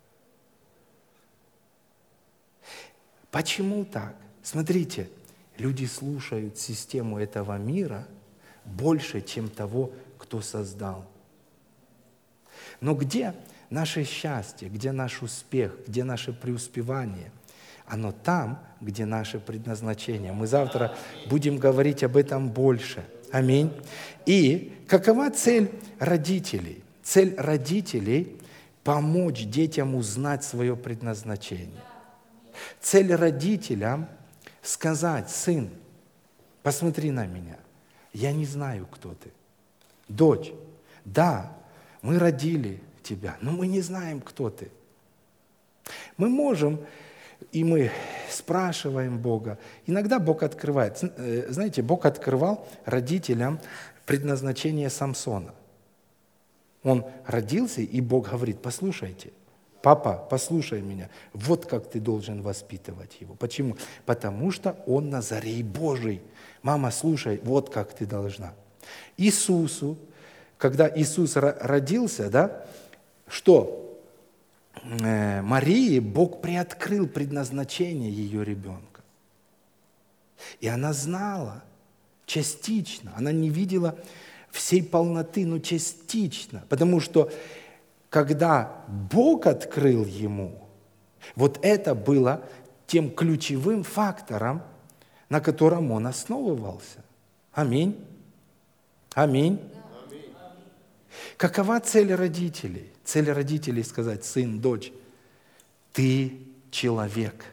Почему так? Смотрите, люди слушают систему этого мира больше, чем того, кто создал. Но где наше счастье, где наш успех, где наше преуспевание? Оно там, где наше предназначение. Мы завтра будем говорить об этом больше. Аминь. И какова цель родителей? Цель родителей – помочь детям узнать свое предназначение. Цель родителям – сказать: сын, посмотри на меня, я не знаю, кто ты. Дочь, да, мы родили тебя, но мы не знаем, кто ты. Мы можем, и мы спрашиваем Бога. Иногда Бог открывает. Знаете, Бог открывал родителям предназначение Самсона. Он родился, и Бог говорит: послушайте, папа, послушай меня, вот как ты должен воспитывать его. Почему? Потому что он Назарей Божий. Мама, слушай, вот как ты должна. Иисусу, когда Иисус родился, да, что? Марии Бог приоткрыл предназначение ее ребенка. И она знала частично, она не видела всей полноты, но частично. Потому что когда Бог открыл ему, вот это было тем ключевым фактором, на котором он основывался. Аминь. Аминь. Какова цель родителей? Цель родителей сказать: сын, дочь, ты человек,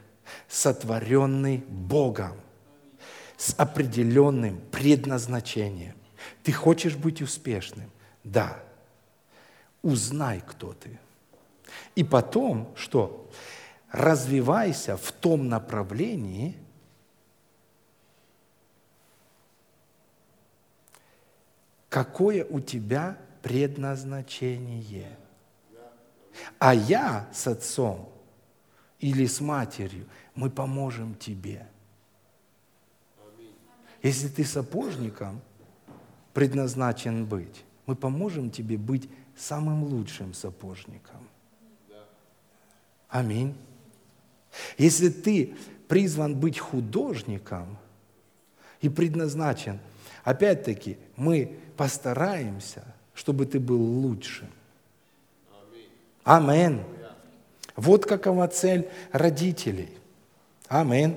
сотворенный Богом, с определенным предназначением. Ты хочешь быть успешным? Да. Узнай, кто ты. И потом, что? Развивайся в том направлении, какое у тебя предназначение. А я с отцом или с матерью, мы поможем тебе. Если ты сапожником предназначен быть, мы поможем тебе быть самым лучшим сапожником. Аминь. Если ты призван быть художником и предназначен, опять-таки, мы постараемся, чтобы ты был лучшим. Аминь. Вот какова цель родителей. Аминь.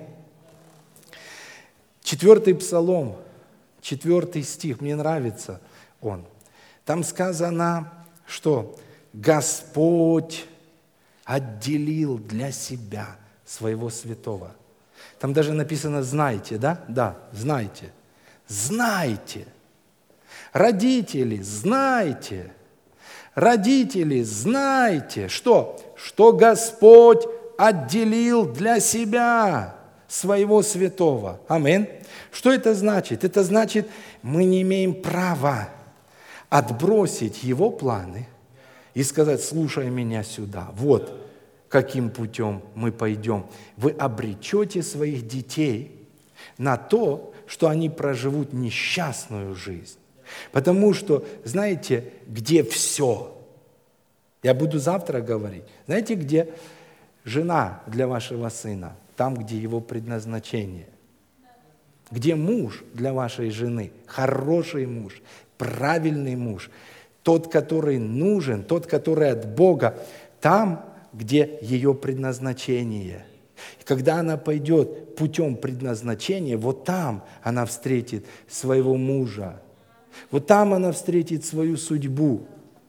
Четвертый псалом, четвертый стих, мне нравится он. Там сказано, что Господь отделил для себя своего святого. Там даже написано «знайте», да? Да, знайте. Знайте. Родители, знайте. Родители, знайте, что? Что Господь отделил для себя своего святого. Аминь. Что это значит? Это значит, мы не имеем права отбросить Его планы и сказать: слушай меня сюда, вот каким путем мы пойдем. Вы обречете своих детей на то, что они проживут несчастную жизнь. Потому что, знаете, где все? Я буду завтра говорить. Знаете, где жена для вашего сына? Там, где его предназначение. Где муж для вашей жены? Хороший муж, правильный муж. Тот, который нужен, тот, который от Бога. Там, где ее предназначение. И когда она пойдет путем предназначения, вот там она встретит своего мужа. Вот там она встретит свою судьбу.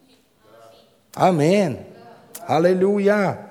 Аминь. Аллилуйя.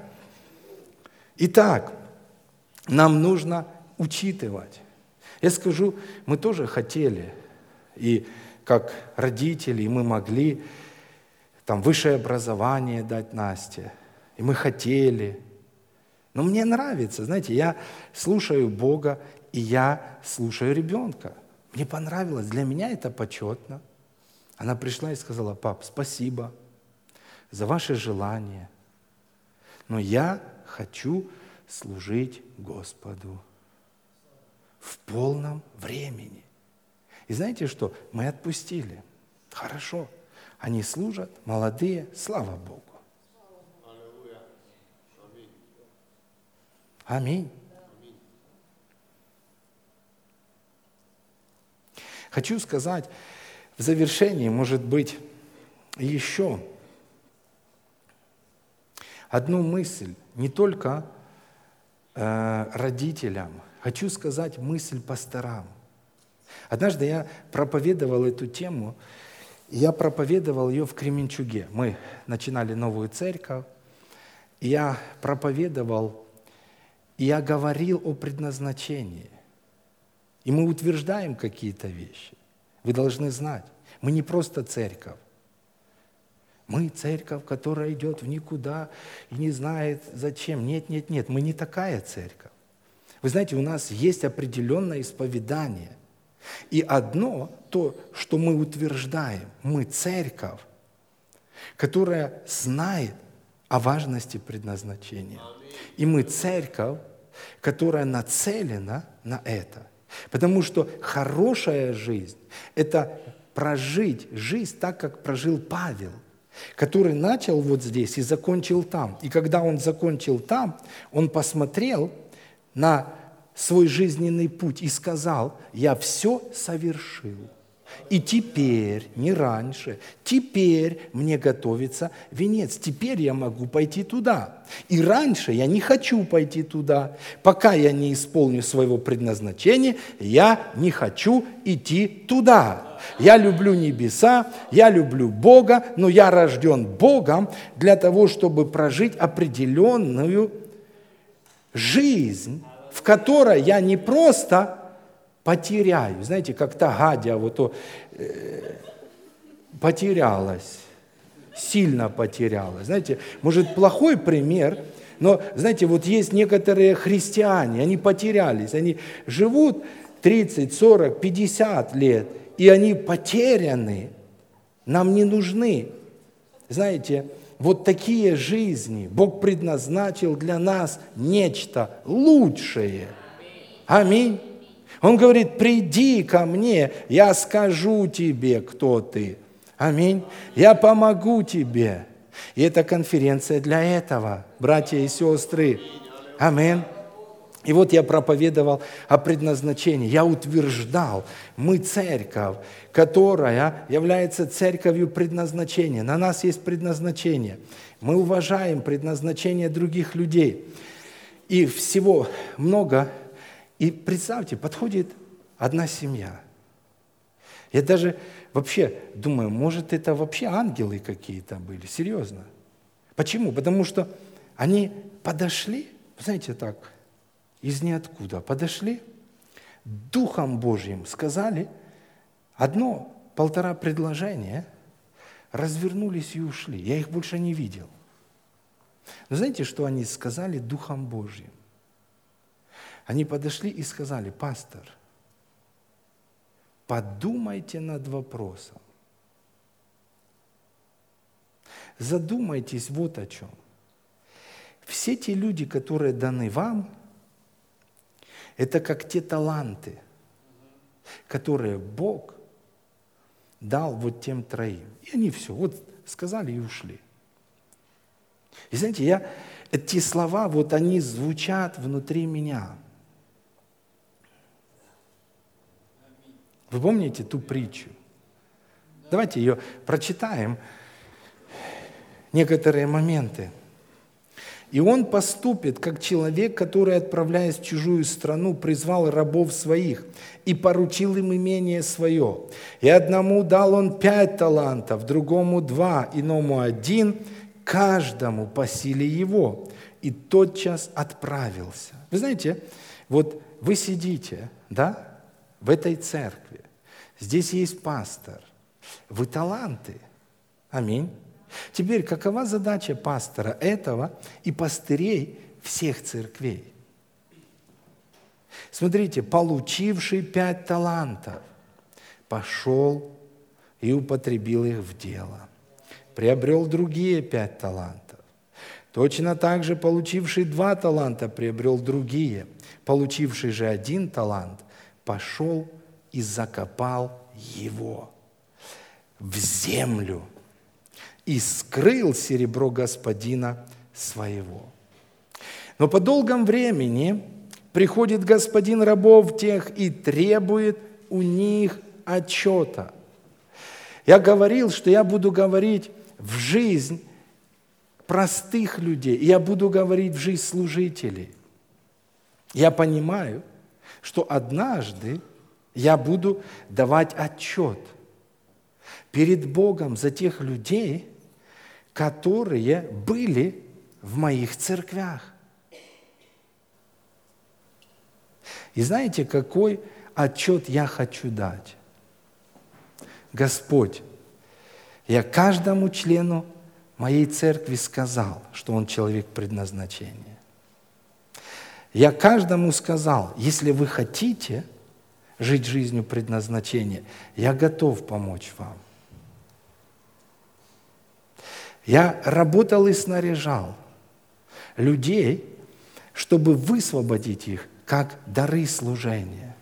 Итак, нам нужно учитывать. Я скажу, мы тоже хотели, и как родители, и мы могли там высшее образование дать Насте, и мы хотели. Но мне нравится, знаете, я слушаю Бога, и я слушаю ребенка. Мне понравилось, для меня это почетно. Она пришла и сказала: пап, спасибо за ваше желание, но я хочу служить Господу в полном времени. И знаете что? Мы отпустили. Хорошо. Они служат, молодые, слава Богу. Аминь. Хочу сказать в завершении, может быть, еще одну мысль, не только э, родителям, хочу сказать мысль пасторам. Однажды я проповедовал эту тему, и я проповедовал ее в Кременчуге. Мы начинали новую церковь, и я проповедовал, и я говорил о предназначении. И мы утверждаем какие-то вещи. Вы должны знать, мы не просто церковь. Мы церковь, которая идет в никуда и не знает зачем. Нет, нет, нет, мы не такая церковь. Вы знаете, у нас есть определенное исповедание. И одно, то, что мы утверждаем, мы церковь, которая знает о важности предназначения. И мы церковь, которая нацелена на это. Потому что хорошая жизнь – это прожить жизнь так, как прожил Павел, который начал вот здесь и закончил там. И когда он закончил там, он посмотрел на свой жизненный путь и сказал: я все совершил. И теперь, не раньше, теперь мне готовится венец. Теперь я могу пойти туда. И раньше я не хочу пойти туда. Пока я не исполню своего предназначения, я не хочу идти туда. Я люблю небеса, я люблю Бога, но я рожден Богом для того, чтобы прожить определенную жизнь, в которой я не просто потеряю. Знаете, как та гадя вот то, э, потерялась, сильно потерялась. Знаете, может, плохой пример, но, знаете, вот есть некоторые христиане, они потерялись, они живут тридцать, сорок, пятьдесят лет, и они потеряны, нам не нужны. Знаете, вот такие жизни Бог предназначил для нас нечто лучшее. Аминь. Он говорит, приди ко мне, я скажу тебе, кто ты. Аминь. Я помогу тебе. И эта конференция для этого, братья и сестры. Аминь. И вот я проповедовал о предназначении, я утверждал, мы церковь, которая является церковью предназначения. На нас есть предназначение. Мы уважаем предназначение других людей. И всего много. И представьте, подходит одна семья. Я даже вообще думаю, может, это вообще ангелы какие-то были, серьезно. Почему? Потому что они подошли, знаете, так, из ниоткуда подошли, Духом Божьим сказали одно, полтора предложения, развернулись и ушли. Я их больше не видел. Но знаете, что они сказали Духом Божьим? Они подошли и сказали, пастор, подумайте над вопросом. Задумайтесь вот о чем. Все те люди, которые даны вам, это как те таланты, которые Бог дал вот тем троим. И они все, вот сказали и ушли. И знаете, я, эти слова, вот они звучат внутри меня. Вы помните ту притчу? Давайте ее прочитаем, некоторые моменты. И он поступит, как человек, который, отправляясь в чужую страну, призвал рабов своих и поручил им имение свое. И одному дал он пять талантов, другому два, иному один, каждому по силе его. И тотчас отправился. Вы знаете, вот вы сидите, да, в этой церкви. Здесь есть пастор. Вы таланты. Аминь. Теперь, какова задача пастора этого и пастырей всех церквей? Смотрите, получивший пять талантов, пошел и употребил их в дело. Приобрел другие пять талантов. Точно так же получивший два таланта приобрел другие. Получивший же один талант пошел и закопал его в землю. И скрыл серебро господина своего. Но по долгом времени приходит господин рабов тех и требует у них отчета. Я говорил, что я буду говорить в жизнь простых людей, я буду говорить в жизнь служителей. Я понимаю, что однажды я буду давать отчет перед Богом за тех людей, которые были в моих церквях. И знаете, какой отчет я хочу дать? Господь, я каждому члену моей церкви сказал, что он человек предназначения. Я каждому сказал, если вы хотите жить жизнью предназначения, я готов помочь вам. Я работал и снаряжал людей, чтобы высвободить их как дары служения.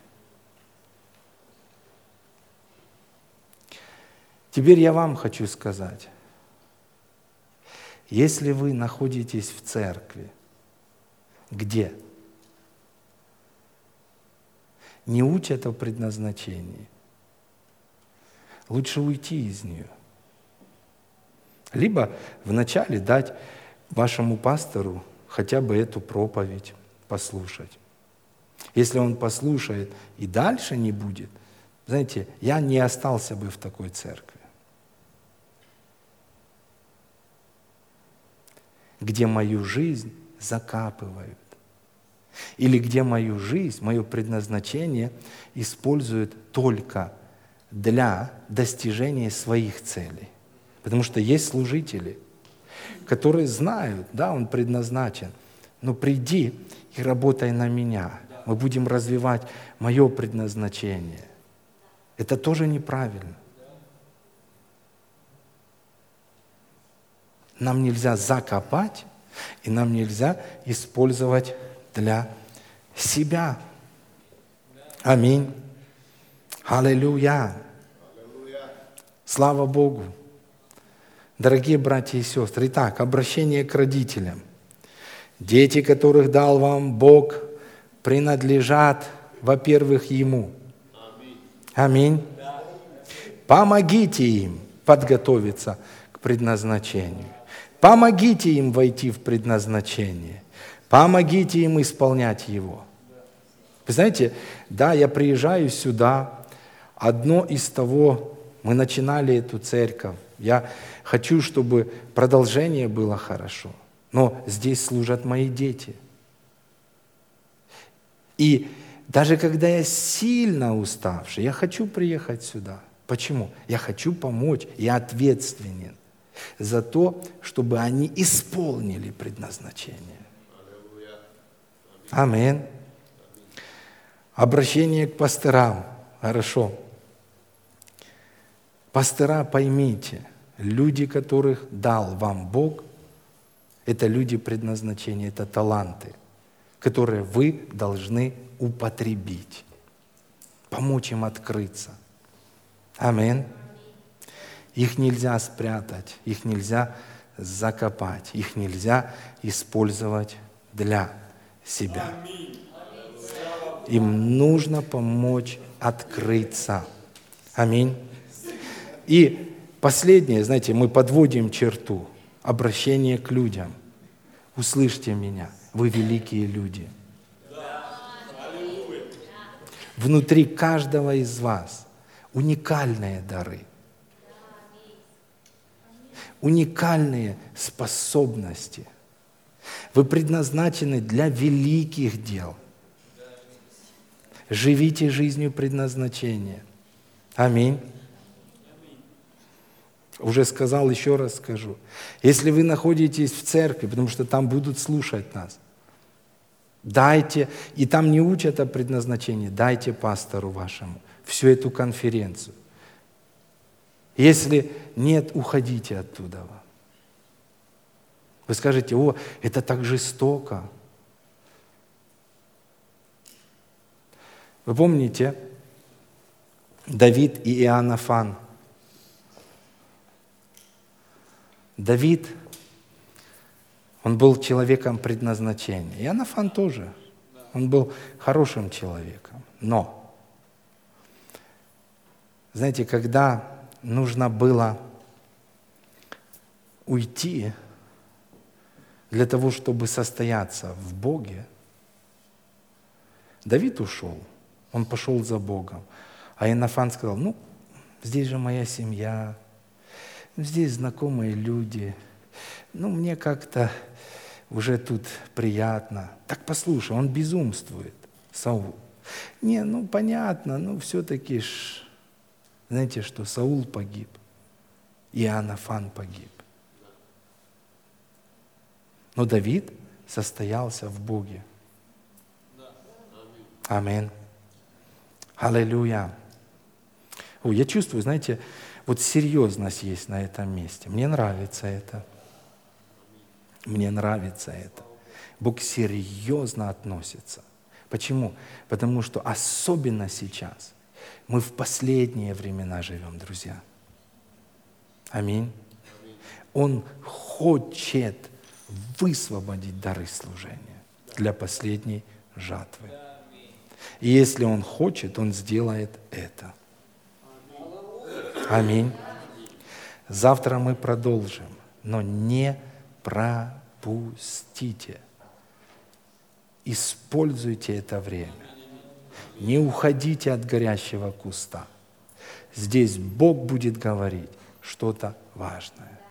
Теперь я вам хочу сказать, если вы находитесь в церкви, где не учат о предназначении, лучше уйти из нее. Либо вначале дать вашему пастору хотя бы эту проповедь послушать. Если он послушает и дальше не будет, знаете, я не остался бы в такой церкви, где мою жизнь закапывают, Или где мою жизнь, мое предназначение используют только для достижения своих целей. Потому что есть служители, которые знают, да, он предназначен, но приди и работай на меня. Мы будем развивать мое предназначение. Это тоже неправильно. Нам нельзя закопать, и нам нельзя использовать для себя. Аминь. Аллилуйя. Слава Богу. Дорогие братья и сестры, итак, обращение к родителям. Дети, которых дал вам Бог, принадлежат, во-первых, Ему. Аминь. Помогите им подготовиться к предназначению. Помогите им войти в предназначение. Помогите им исполнять его. Вы знаете, да, я приезжаю сюда, одно из того, мы начинали эту церковь, я хочу, чтобы продолжение было хорошо, но здесь служат мои дети. И даже когда я сильно уставший, я хочу приехать сюда. Почему? Я хочу помочь, я ответственен за то, чтобы они исполнили предназначение. Аминь. Обращение к пастырам. Хорошо. Пастыра, поймите, люди, которых дал вам Бог, это люди предназначения, это таланты, которые вы должны употребить, помочь им открыться. Аминь. Их нельзя спрятать, их нельзя закопать, их нельзя использовать для себя. Им нужно помочь открыться. Аминь. И последнее, знаете, мы подводим черту. Обращение к людям. Услышьте меня, вы великие люди. Внутри каждого из вас уникальные дары. Уникальные способности. Вы предназначены для великих дел. Живите жизнью предназначения. Аминь. Уже сказал, еще раз скажу. Если вы находитесь в церкви, потому что там будут слушать нас, дайте, и там не учат о предназначении, дайте пастору вашему всю эту конференцию. Если нет, уходите оттуда. Вы скажете: о, это так жестоко. Вы помните Давид и Иоаннафан? Давид, он был человеком предназначения. Иоаннафан тоже. Он был хорошим человеком. Но, знаете, когда нужно было уйти для того, чтобы состояться в Боге, Давид ушел. Он пошел за Богом. А Иоаннафан сказал: ну, здесь же моя семья, здесь знакомые люди, ну, мне как-то уже тут приятно. Так послушай, он безумствует, Саул. Не, ну, понятно, ну, все-таки ж, знаете что, Саул погиб, и Иоаннафан погиб. Но Давид состоялся в Боге. Аминь. Аллилуйя. О, я чувствую, знаете, вот серьезность есть на этом месте. Мне нравится это. Мне нравится это. Бог серьезно относится. Почему? Потому что особенно сейчас мы в последние времена живем, друзья. Аминь. Он хочет высвободить дары служения для последней жатвы. И если Он хочет, Он сделает это. Аминь. Завтра мы продолжим, но не пропустите. Используйте это время. Не уходите от горящего куста. Здесь Бог будет говорить что-то важное.